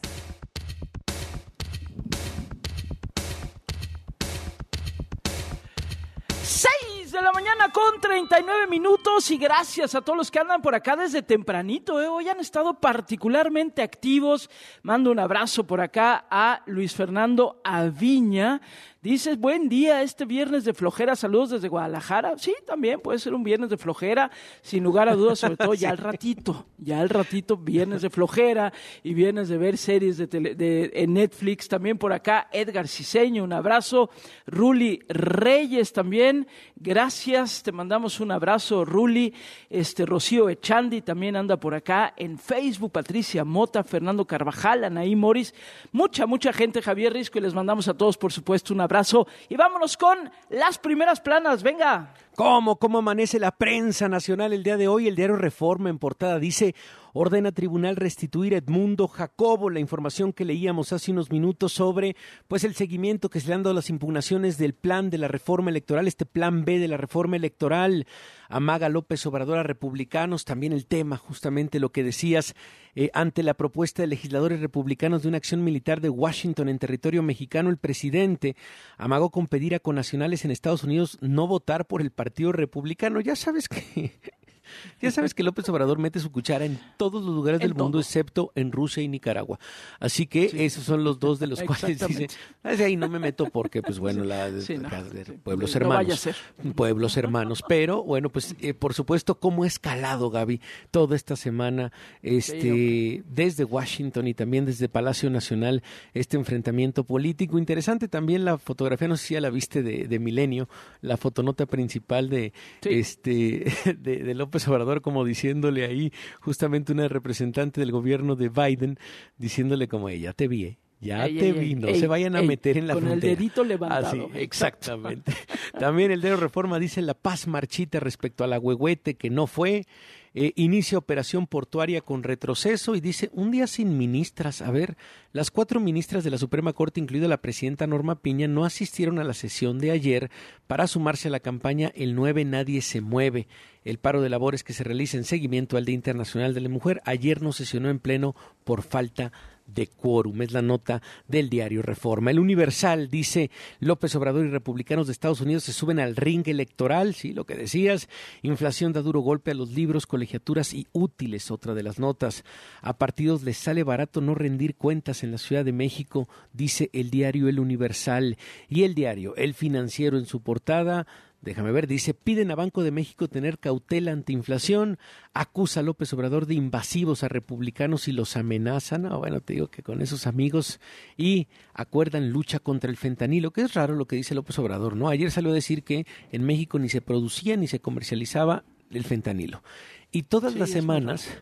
seis de la mañana con treinta y nueve minutos y gracias a todos los que andan por acá desde tempranito, ¿eh? Hoy han estado particularmente activos. Mando un abrazo por acá a Luis Fernando Aviña. Dices, buen día, este viernes de flojera, saludos desde Guadalajara. Sí, también puede ser un viernes de flojera, sin lugar a dudas, sobre todo ya al ratito, ya al ratito, viernes de flojera y viernes de ver series de, tele, de en Netflix. También por acá, Edgar Ciseño, un abrazo. Ruli Reyes también, gracias, te mandamos un abrazo, Ruli. Este, Rocío Echandi también anda por acá en Facebook, Patricia Mota, Fernando Carvajal, Anaí Moris, mucha, mucha gente, Javier Risco, y les mandamos a todos, por supuesto, un abrazo. Abrazo. Y vámonos con las primeras planas, venga. ¿Cómo? ¿Cómo amanece la prensa nacional el día de hoy? El diario Reforma en portada dice, ordena tribunal restituir a Edmundo Jacobo. La información que leíamos hace unos minutos sobre pues el seguimiento que se le han dado a las impugnaciones del plan de la reforma electoral, este plan B de la reforma electoral. Amaga López Obrador a republicanos, también el tema, justamente lo que decías, eh, ante la propuesta de legisladores republicanos de una acción militar de Washington en territorio mexicano, el presidente amagó con pedir a connacionales en Estados Unidos no votar por el Partido Republicano. Ya sabes que... Ya sabes que López Obrador mete su cuchara en todos los lugares del mundo, excepto en Rusia y Nicaragua. Así que sí, esos son los dos de los cuales dice, ahí no me meto porque, pues bueno, la, sí, no, pueblos sí, hermanos, no pueblos hermanos. Pero, bueno, pues eh, por supuesto, cómo ha escalado, Gaby, toda esta semana, este, sí, desde Washington y también desde Palacio Nacional, este enfrentamiento político. Interesante también la fotografía, no sé si ya la viste, de, de Milenio, la fotonota principal de, sí. este, de, de López Obrador, como diciéndole ahí justamente una representante del gobierno de Biden, diciéndole como ella, te vi, ¿eh? Ya ey, te ey, vi, no ey, se vayan a ey, meter en la con frontera. Con el dedito levantado. Así, exactamente. También el diario Reforma dice la paz marchita respecto a la Huehuete, que no fue. Eh, inicia operación portuaria con retroceso y dice un día sin ministras. A ver, las cuatro ministras de la Suprema Corte, incluida la presidenta Norma Piña, no asistieron a la sesión de ayer para sumarse a la campaña El nueve Nadie se mueve, el paro de labores que se realiza en seguimiento al Día Internacional de la Mujer. Ayer no sesionó en pleno por falta de quórum, es la nota del diario Reforma. El Universal dice López Obrador y republicanos de Estados Unidos se suben al ring electoral, sí, lo que decías, inflación da duro golpe a los libros, colegiaturas y útiles, otra de las notas. A partidos les sale barato no rendir cuentas en la Ciudad de México, dice el diario El Universal. Y el diario El Financiero en su portada, déjame ver, dice, piden a Banco de México tener cautela ante inflación, acusa a López Obrador de invasivos a republicanos y los amenazan. Ah, bueno, te digo que con esos amigos, y acuerdan lucha contra el fentanilo, que es raro lo que dice López Obrador, ¿no? Ayer salió a decir que en México ni se producía ni se comercializaba el fentanilo. Y todas sí, las semanas...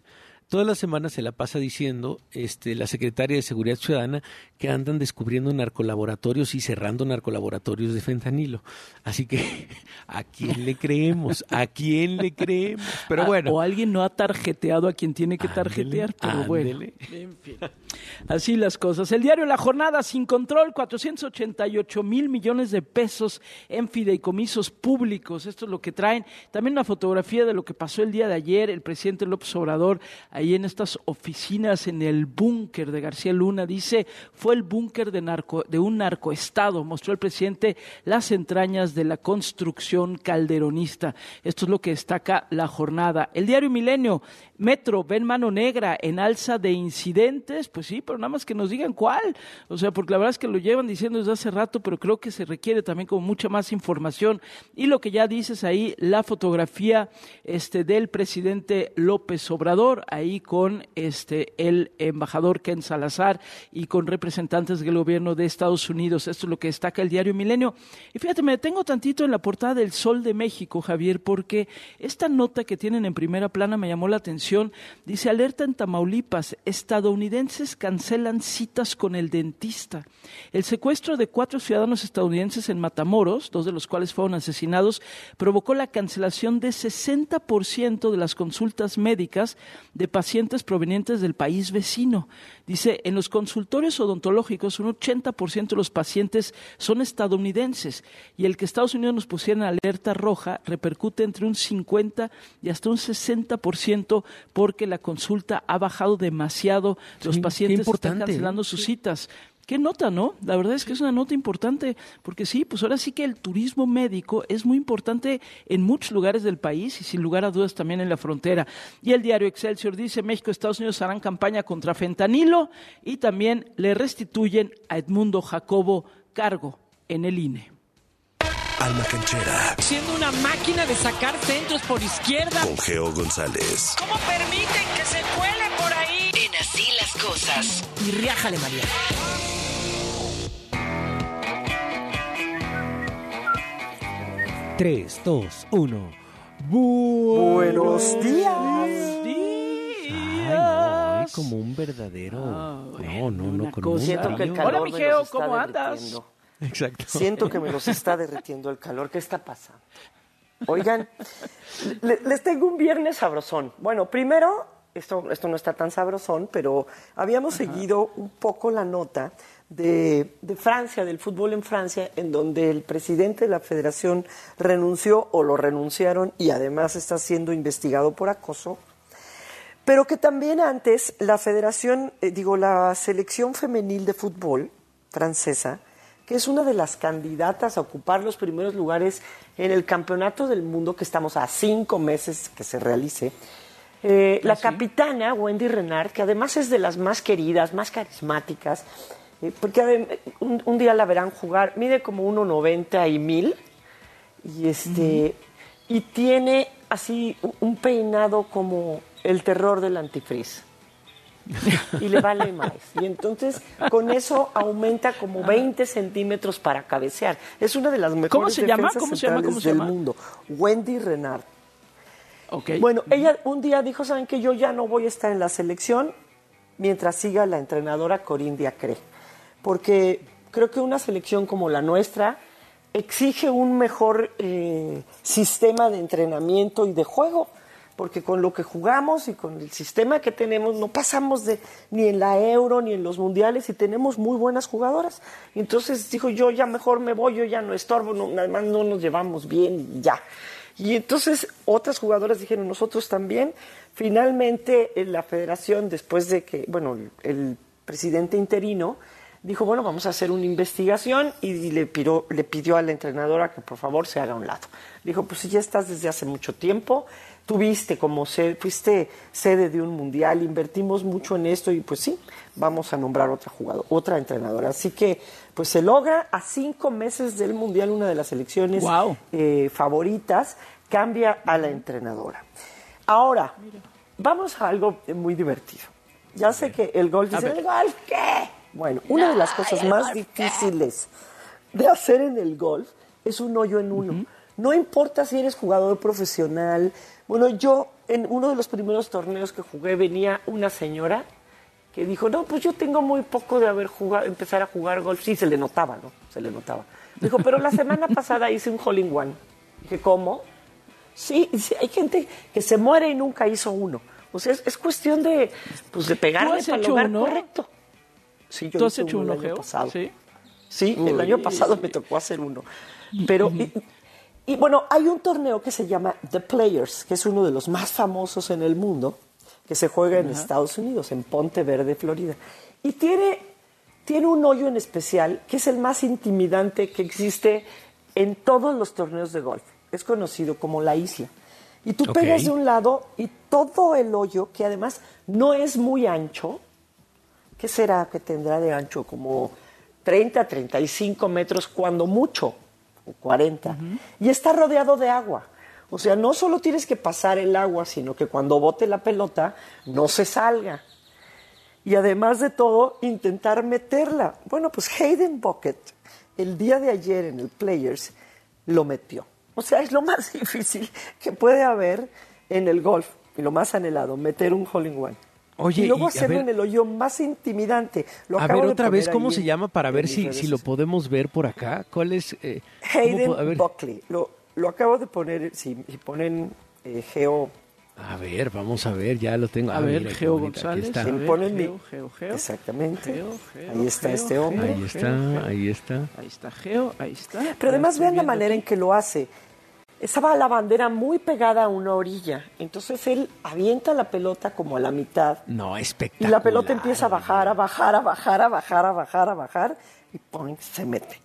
toda la semana se la pasa diciendo este, la secretaria de Seguridad Ciudadana que andan descubriendo narcolaboratorios y cerrando narcolaboratorios de fentanilo. Así que, ¿a quién le creemos? ¿A quién le creemos? Pero bueno. O alguien no ha tarjeteado a quien tiene que tarjetear, pero ándele. Bueno. En fin. Así las cosas. El diario La Jornada, sin control, cuatrocientos ochenta y ocho mil millones de pesos en fideicomisos públicos. Esto es lo que traen. También una fotografía de lo que pasó el día de ayer, el presidente López Obrador, ahí en estas oficinas, en el búnker de García Luna, dice, fue el búnker de, narco, de un narcoestado. Mostró el presidente las entrañas de la construcción calderonista. Esto es lo que destaca La Jornada. El diario Milenio, Metro, ven mano negra en alza de incidentes. Pues sí, pero nada más que nos digan cuál. O sea, porque la verdad es que lo llevan diciendo desde hace rato, pero creo que se requiere también como mucha más información. Y lo que ya dices ahí, la fotografía este, del presidente López Obrador, ahí con este el embajador Ken Salazar y con representantes del gobierno de Estados Unidos. Esto es lo que destaca el diario Milenio. Y fíjate, me detengo tantito en la portada del Sol de México, Javier, porque esta nota que tienen en primera plana me llamó la atención. Dice, alerta en Tamaulipas, estadounidenses cancelan citas con el dentista. El secuestro de cuatro ciudadanos estadounidenses en Matamoros, dos de los cuales fueron asesinados, provocó la cancelación de sesenta por ciento de las consultas médicas de pacientes provenientes del país vecino. Dice, en los consultorios odontológicos un ochenta por ciento de los pacientes son estadounidenses y el que Estados Unidos nos pusiera en alerta roja repercute entre un cincuenta y hasta un sesenta por ciento porque la consulta ha bajado demasiado, los sí, pacientes están cancelando ¿eh? sus citas. ¿Qué nota, no? La verdad es que es una nota importante, porque sí, pues ahora sí que el turismo médico es muy importante en muchos lugares del país y sin lugar a dudas también en la frontera. Y el diario Excelsior dice, México y Estados Unidos harán campaña contra fentanilo y también le restituyen a Edmundo Jacobo cargo en el I N E. Alma Canchera. Siendo una máquina de sacar centros por izquierda. Con Geo González. ¿Cómo permiten que se cuele por ahí? En Así las Cosas. Y riájale, María. Tres, dos, uno. Buenos días. Buenos días. Ay, no, como un verdadero. Ah, no, no, no, con cosa. un Siento que el calor Hola, Mijeo, ¿cómo andas? Exacto. Siento que me los está derritiendo el calor. ¿Qué está pasando? Oigan, le, les tengo un viernes sabrosón. Bueno, primero, esto, esto no está tan sabrosón, pero habíamos Ajá. seguido un poco la nota de, de Francia, del fútbol en Francia, en donde el presidente de la federación renunció o lo renunciaron y además está siendo investigado por acoso. Pero que también antes la federación, eh, digo, la selección femenil de fútbol francesa, que es una de las candidatas a ocupar los primeros lugares en el campeonato del mundo, que estamos a cinco meses que se realice. Eh, ¿Ah, la sí? capitana, Wendy Renard, que además es de las más queridas, más carismáticas, eh, porque un, un día la verán jugar, mide como uno noventa y mil, y, este, uh-huh. y tiene así un peinado como el terror del antifreeze. Y le vale más. Y entonces con eso aumenta como veinte centímetros para cabecear. Es una de las mejores ¿Cómo se llama? ¿Cómo se llama? ¿Cómo se del llama? mundo. Wendy Renard. Okay. Bueno, ella un día dijo, ¿saben qué? Yo ya no voy a estar en la selección mientras siga la entrenadora Corinne Diacre. Porque creo que una selección como la nuestra exige un mejor eh, sistema de entrenamiento y de juego. Porque con lo que jugamos y con el sistema que tenemos no pasamos de ni en la Euro ni en los mundiales y tenemos muy buenas jugadoras. Y entonces dijo, yo ya mejor me voy, yo ya no estorbo, no, además no nos llevamos bien y ya. Y entonces otras jugadoras dijeron, nosotros también. Finalmente la federación, después de que, bueno, el, el presidente interino dijo, bueno, vamos a hacer una investigación y le pidió, le pidió a la entrenadora que por favor se haga a un lado. Dijo, pues si ya estás desde hace mucho tiempo, tuviste como sede, fuiste sede de un mundial, invertimos mucho en esto y pues sí, vamos a nombrar otra jugadora, otra entrenadora. Así que pues se logra a cinco meses del mundial, una de las selecciones wow. eh, favoritas, cambia a la entrenadora. Ahora, vamos a algo muy divertido. Ya sé que el golf, dice, ¿el golf qué? Bueno, una de las cosas más difíciles de hacer en el golf es un hoyo en uno. Uh-huh. No importa si eres jugador profesional. Bueno, yo en uno de los primeros torneos que jugué venía una señora que dijo, no, pues yo tengo muy poco de haber jugado, empezar a jugar golf. Sí, se le notaba, ¿no? Se le notaba. Dijo, pero la semana pasada hice un hole in one. Dije, ¿cómo? Sí, sí, hay gente que se muere y nunca hizo uno. O sea, es, es cuestión de, pues, de pegarle para el lugar uno? correcto. Sí, yo ¿Tú has hice hecho uno uno, el año Geo? pasado. Sí. Sí, Uy, el año pasado me tocó hacer uno. Pero, uh-huh. y, y bueno, hay un torneo que se llama The Players, que es uno de los más famosos en el mundo, que se juega en uh-huh. Estados Unidos, en Ponte Verde, Florida. Y tiene, tiene un hoyo en especial, que es el más intimidante que existe en todos los torneos de golf. Es conocido como la isla. Y tú okay. pegas de un lado y todo el hoyo, que además no es muy ancho, ¿qué será que tendrá de ancho? Como treinta, treinta y cinco metros, cuando mucho, o cuarenta. Uh-huh. Y está rodeado de agua. O sea, no solo tienes que pasar el agua, sino que cuando bote la pelota, no se salga. Y además de todo, intentar meterla. Bueno, pues Hayden Bucket, el día de ayer en el Players, lo metió. O sea, es lo más difícil que puede haber en el golf, y lo más anhelado, meter un hole in one. Oye, y luego y, hacerlo ver, en el hoyo más intimidante. Lo a ver, otra vez, ¿cómo se llama para ver si, si lo podemos ver por acá? ¿Cuál es? Eh, Hayden Buckley. Lo, lo acabo de poner, si, si ponen eh, Geo... A ver, vamos a ver, ya lo tengo. A ah, ver, mira, Geo González. Está. Si ver, ponen Geo, mi... Geo, Geo. Exactamente. Geo, Geo, ahí está Geo, este hombre. Ahí está, Geo, ahí está. Ahí está Geo, ahí está. Pero además vean la manera aquí en que lo hace. Estaba la bandera muy pegada a una orilla. Entonces él avienta la pelota como a la mitad. No, espectacular. Y la pelota empieza a bajar, a bajar, a bajar, a bajar, a bajar, a bajar. Y ¡pum! Se mete.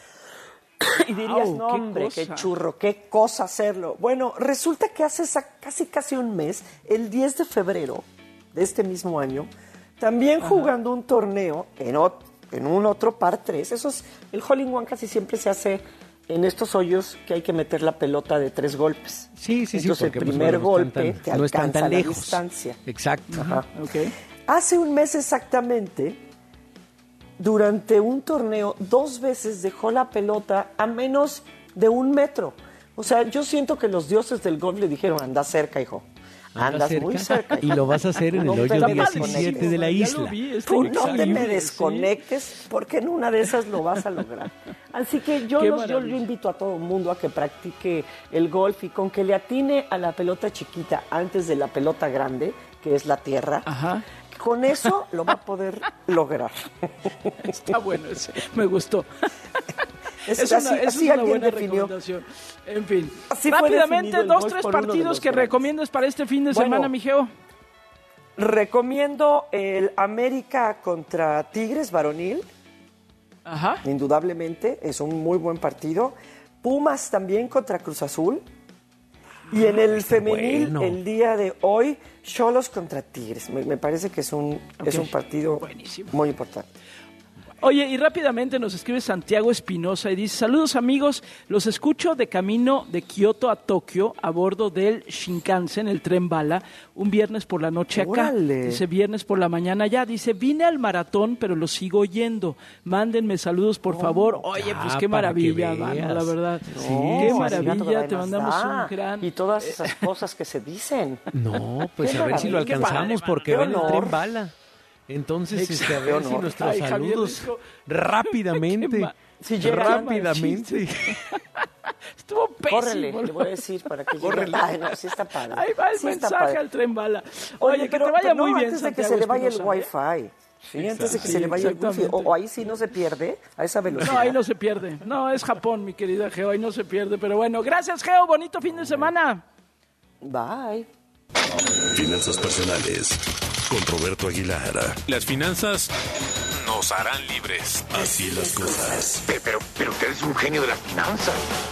Y dirías, wow, no, qué hombre, cosa. qué churro, qué cosa hacerlo. Bueno, resulta que hace casi, casi un mes, el diez de febrero de este mismo año, también Ajá. jugando un torneo en, ot- en un otro par tres. Eso es, el hole in one casi siempre se hace en estos hoyos que hay que meter la pelota de tres golpes. Sí, sí, Entonces sí. Porque, el primer pues, bueno, golpe no tan, te no alcanza tan la lejos. distancia. Exacto. Ajá. Okay. Hace un mes exactamente, durante un torneo, dos veces dejó la pelota a menos de un metro. O sea, yo siento que los dioses del golf le dijeron, anda cerca, hijo. Andas cerca? muy cerca. Y lo vas a hacer en no el hoyo diecisiete de la isla. Vi, Tú no te me desconectes, ¿sí? Porque en una de esas lo vas a lograr. Así que yo, los, yo, yo invito a todo el mundo a que practique el golf y con que le atine a la pelota chiquita antes de la pelota grande, que es la tierra, Ajá. con eso lo va a poder lograr. Está bueno ese, me gustó. Es, es así, una, es así una alguien buena definió. recomendación. En fin, así rápidamente, dos, tres partidos que recomiendas para este fin de bueno, semana, mi Geo. Recomiendo el América contra Tigres varonil. Ajá. Indudablemente, es un muy buen partido. Pumas también contra Cruz Azul. Y en el femenil, bueno. el día de hoy, Xolos contra Tigres. Me, me parece que es un, okay. es un partido Buenísimo. muy importante. Oye, y rápidamente nos escribe Santiago Espinosa y dice, saludos amigos, los escucho de camino de Kioto a Tokio a bordo del Shinkansen, el tren bala, un viernes por la noche acá. ¡Órale! Dice, viernes por la mañana ya. Dice, vine al maratón, pero lo sigo oyendo. Mándenme saludos, por oh, favor. Oye, pues qué maravilla, mano, la verdad. Sí, qué maravilla, te mandamos un gran... Y todas esas cosas que se dicen. No, pues a ver si lo alcanzamos, porque va en el tren bala. Entonces, este, a ver si nuestros Ay, saludos Javier, rápidamente, si rápidamente. Estuvo pésimo. Córrele, le voy a decir para que llegue. Ay, no, sí está padre. Ahí va el sí mensaje al tren bala. Oye, Oye que pero, te vaya pero no, muy bien, antes de Santiago que se le vaya Espinosa, el wifi. Sí, Exacto. antes de que sí, se le vaya el wifi. O, o ahí sí no se pierde a esa velocidad. No, ahí no se pierde. No, es Japón, mi querida Geo, ahí no se pierde. Pero bueno, gracias, Geo. Bonito fin de semana. Bye. Finanzas personales con Roberto Aguilar. Las finanzas nos harán libres. Así las cosas. Pero, pero, pero usted es un genio de las finanzas.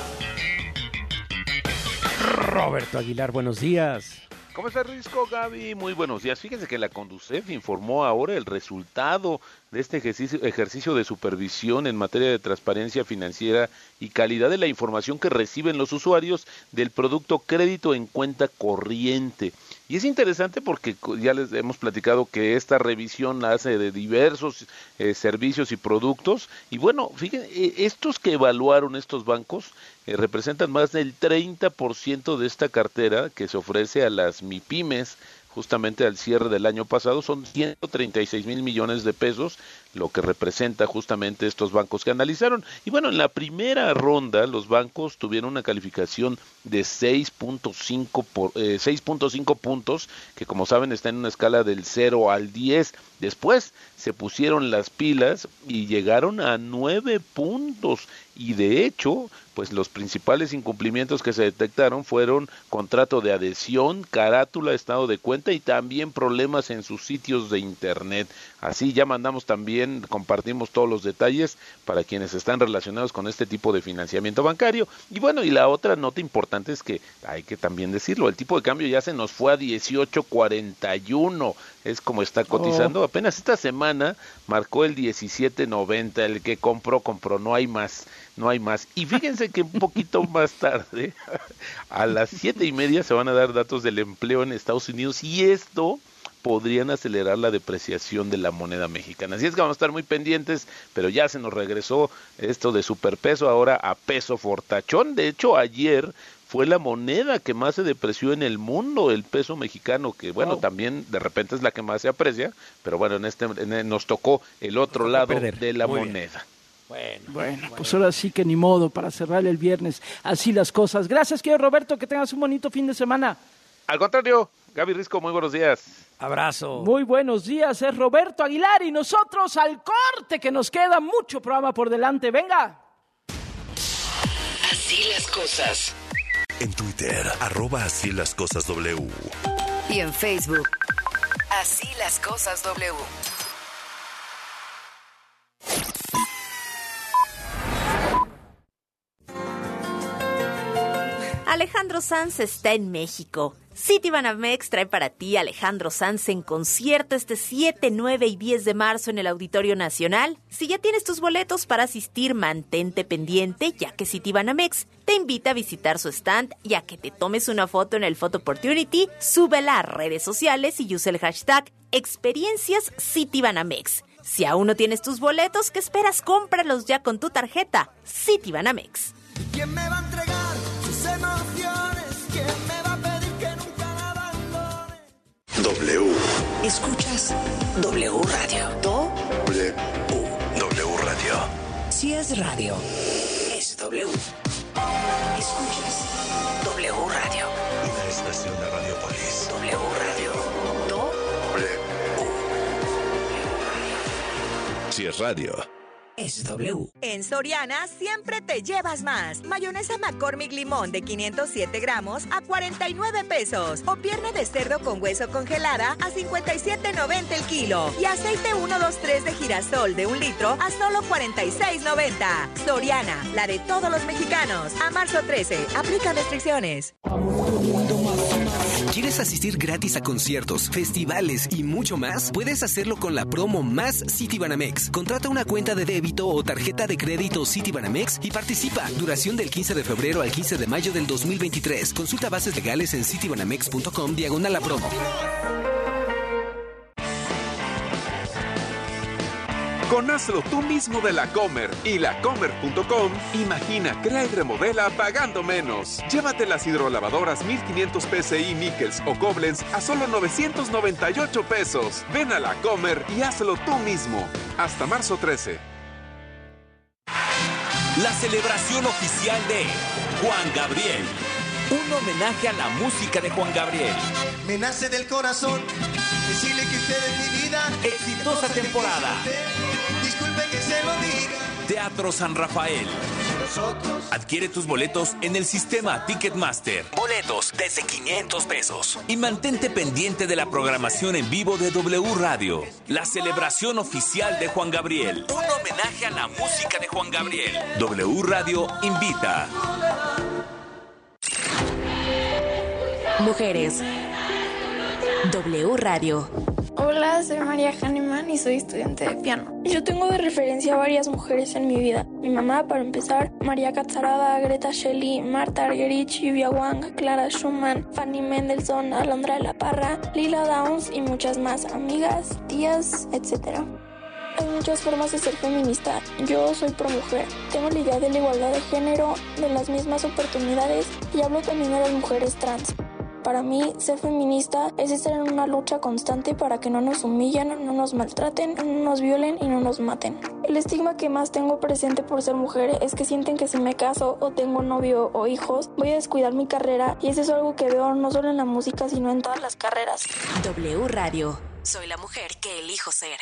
Roberto Aguilar, buenos días. ¿Cómo está, Risco, Gaby? Muy buenos días. Fíjense que la Conducef informó ahora el resultado de este ejercicio, ejercicio de supervisión en materia de transparencia financiera y calidad de la información que reciben los usuarios del producto crédito en cuenta corriente. Y es interesante porque ya les hemos platicado que esta revisión la hace de diversos eh, servicios y productos. Y bueno, fíjense, eh, estos que evaluaron estos bancos eh, representan más del treinta por ciento de esta cartera que se ofrece a las MIPYMES. Justamente al cierre del año pasado son ciento treinta y seis mil millones de pesos, lo que representa justamente estos bancos que analizaron. Y bueno, en la primera ronda los bancos tuvieron una calificación de seis punto cinco por, eh, seis punto cinco puntos, que como saben está en una escala del cero al diez. Después se pusieron las pilas y llegaron a nueve puntos. Y de hecho, pues los principales incumplimientos que se detectaron fueron contrato de adhesión, carátula, estado de cuenta y también problemas en sus sitios de internet. Así ya mandamos también, compartimos todos los detalles para quienes están relacionados con este tipo de financiamiento bancario. Y bueno, y la otra nota importante es que hay que también decirlo, el tipo de cambio ya se nos fue a dieciocho cuarenta y uno, es como está cotizando. Oh. Apenas esta semana marcó el diecisiete noventa, el que compró, compró, no hay más. No hay más. Y fíjense que un poquito más tarde, a las siete y media, se van a dar datos del empleo en Estados Unidos y esto podrían acelerar la depreciación de la moneda mexicana. Así es que vamos a estar muy pendientes, pero ya se nos regresó esto de superpeso ahora a peso fortachón. De hecho, ayer fue la moneda que más se depreció en el mundo, el peso mexicano, que bueno, wow. también de repente es la que más se aprecia, pero bueno, en este en, nos tocó el otro lado de la muy moneda. Bien. Bueno, bueno, bueno, pues ahora sí que ni modo para cerrar el viernes, así las cosas. Gracias, querido Roberto, que tengas un bonito fin de semana. Al contrario, Gaby Risco, muy buenos días. Abrazo. Muy buenos días, es Roberto Aguilar y nosotros al corte, que nos queda mucho programa por delante. Venga. Así las cosas. En Twitter, arroba así las cosas W. Y en Facebook, Así las cosas W. Alejandro Sanz está en México. Citibanamex trae para ti a Alejandro Sanz en concierto este siete, nueve y diez de marzo en el Auditorio Nacional. Si ya tienes tus boletos para asistir, mantente pendiente, ya que Citibanamex te invita a visitar su stand y a que te tomes una foto en el Photo Opportunity, súbela a redes sociales y use el hashtag Experiencias Citibanamex. Si aún no tienes tus boletos, ¿qué esperas? Cómpralos ya con tu tarjeta Citibanamex. ¿Quién me va a entregar sus emociones? ¿Quién me va a pedir que nunca la abandone? W. Escuchas W Radio. Do. W. W Radio. Si es radio, es W. Escuchas W Radio. Una estación de Radiopolis. W Radio. Do. W. Si es radio, es W. En Soriana siempre te llevas más. Mayonesa McCormick Limón de quinientos siete gramos a cuarenta y nueve pesos. O pierna de cerdo con hueso congelada a cincuenta y siete noventa el kilo. Y aceite ciento veintitrés de girasol de un litro a solo cuarenta y seis noventa. Soriana, la de todos los mexicanos. A marzo trece, aplica restricciones. ¿Quieres asistir gratis a conciertos, festivales y mucho más? Puedes hacerlo con la promo Más Citibanamex. Contrata una cuenta de débito o tarjeta de crédito Citibanamex y participa. Duración del quince de febrero al quince de mayo del dos mil veintitrés. Consulta bases legales en citibanamex punto com diagonal la promo. Con Hazlo tú mismo de La Comer y la comer punto com, imagina, crea y remodela pagando menos. Llévate las hidrolavadoras mil quinientos P S I Nichols o Koblenz a solo novecientos noventa y ocho pesos. Ven a La Comer y hazlo tú mismo. Hasta marzo trece. La celebración oficial de Juan Gabriel. Un homenaje a la música de Juan Gabriel. Me nace del corazón decirle que usted es mi vida. Exitosa temporada. Disculpe que se lo diga. Teatro San Rafael. Adquiere tus boletos en el sistema Ticketmaster. Boletos desde quinientos pesos. Y mantente pendiente de la programación en vivo de W Radio. La celebración oficial de Juan Gabriel. Un homenaje a la música de Juan Gabriel. W Radio invita. Mujeres. W Radio. Hola, soy María Hahnemann y soy estudiante de piano. Yo tengo de referencia a varias mujeres en mi vida. Mi mamá, para empezar, María Catzarada, Greta Shelley, Marta Argerich, Lluvia Wang, Clara Schumann, Fanny Mendelssohn, Alondra de la Parra, Lila Downs y muchas más, amigas, tías, etcétera. Hay muchas formas de ser feminista. Yo soy pro mujer. Tengo la idea de la igualdad de género, de las mismas oportunidades y hablo también de las mujeres trans. Para mí, ser feminista es estar en una lucha constante para que no nos humillen, no nos maltraten, no nos violen y no nos maten. El estigma que más tengo presente por ser mujer es que sienten que si me caso o tengo novio o hijos, voy a descuidar mi carrera, y eso es algo que veo no solo en la música, sino en todas las carreras. W Radio. Soy la mujer que elijo ser.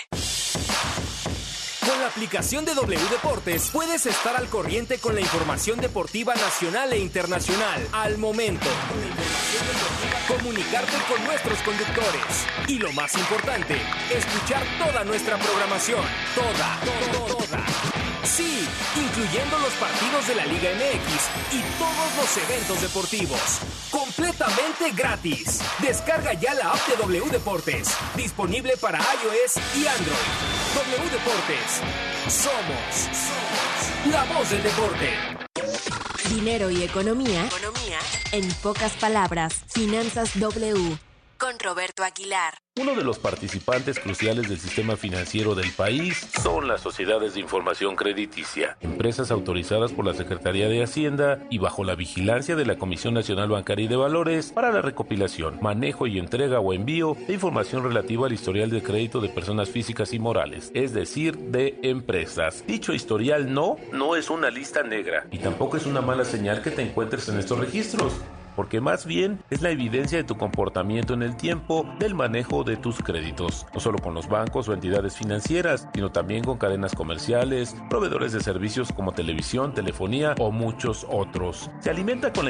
Con la aplicación de W Deportes puedes estar al corriente con la información deportiva nacional e internacional al momento. Comunicarte con nuestros conductores. Y lo más importante, escuchar toda nuestra programación. Toda, toda, toda. Sí, incluyendo los partidos de la Liga M X y todos los eventos deportivos. Completamente gratis. Descarga ya la app de W Deportes. Disponible para iOS y Android. W Deportes. Somos, somos la voz del deporte. Dinero y economía. Economía. En pocas palabras, Finanzas W. Con Roberto Aguilar. Uno de los participantes cruciales del sistema financiero del país son las sociedades de información crediticia, empresas autorizadas por la Secretaría de Hacienda y bajo la vigilancia de la Comisión Nacional Bancaria y de Valores para la recopilación, manejo y entrega o envío de información relativa al historial de crédito de personas físicas y morales, es decir, de empresas. Dicho historial no, no es una lista negra y tampoco es una mala señal que te encuentres en estos registros, porque más bien es la evidencia de tu comportamiento en el tiempo del manejo de tus créditos, no solo con los bancos o entidades financieras, sino también con cadenas comerciales, proveedores de servicios como televisión, telefonía o muchos otros. Se alimenta con la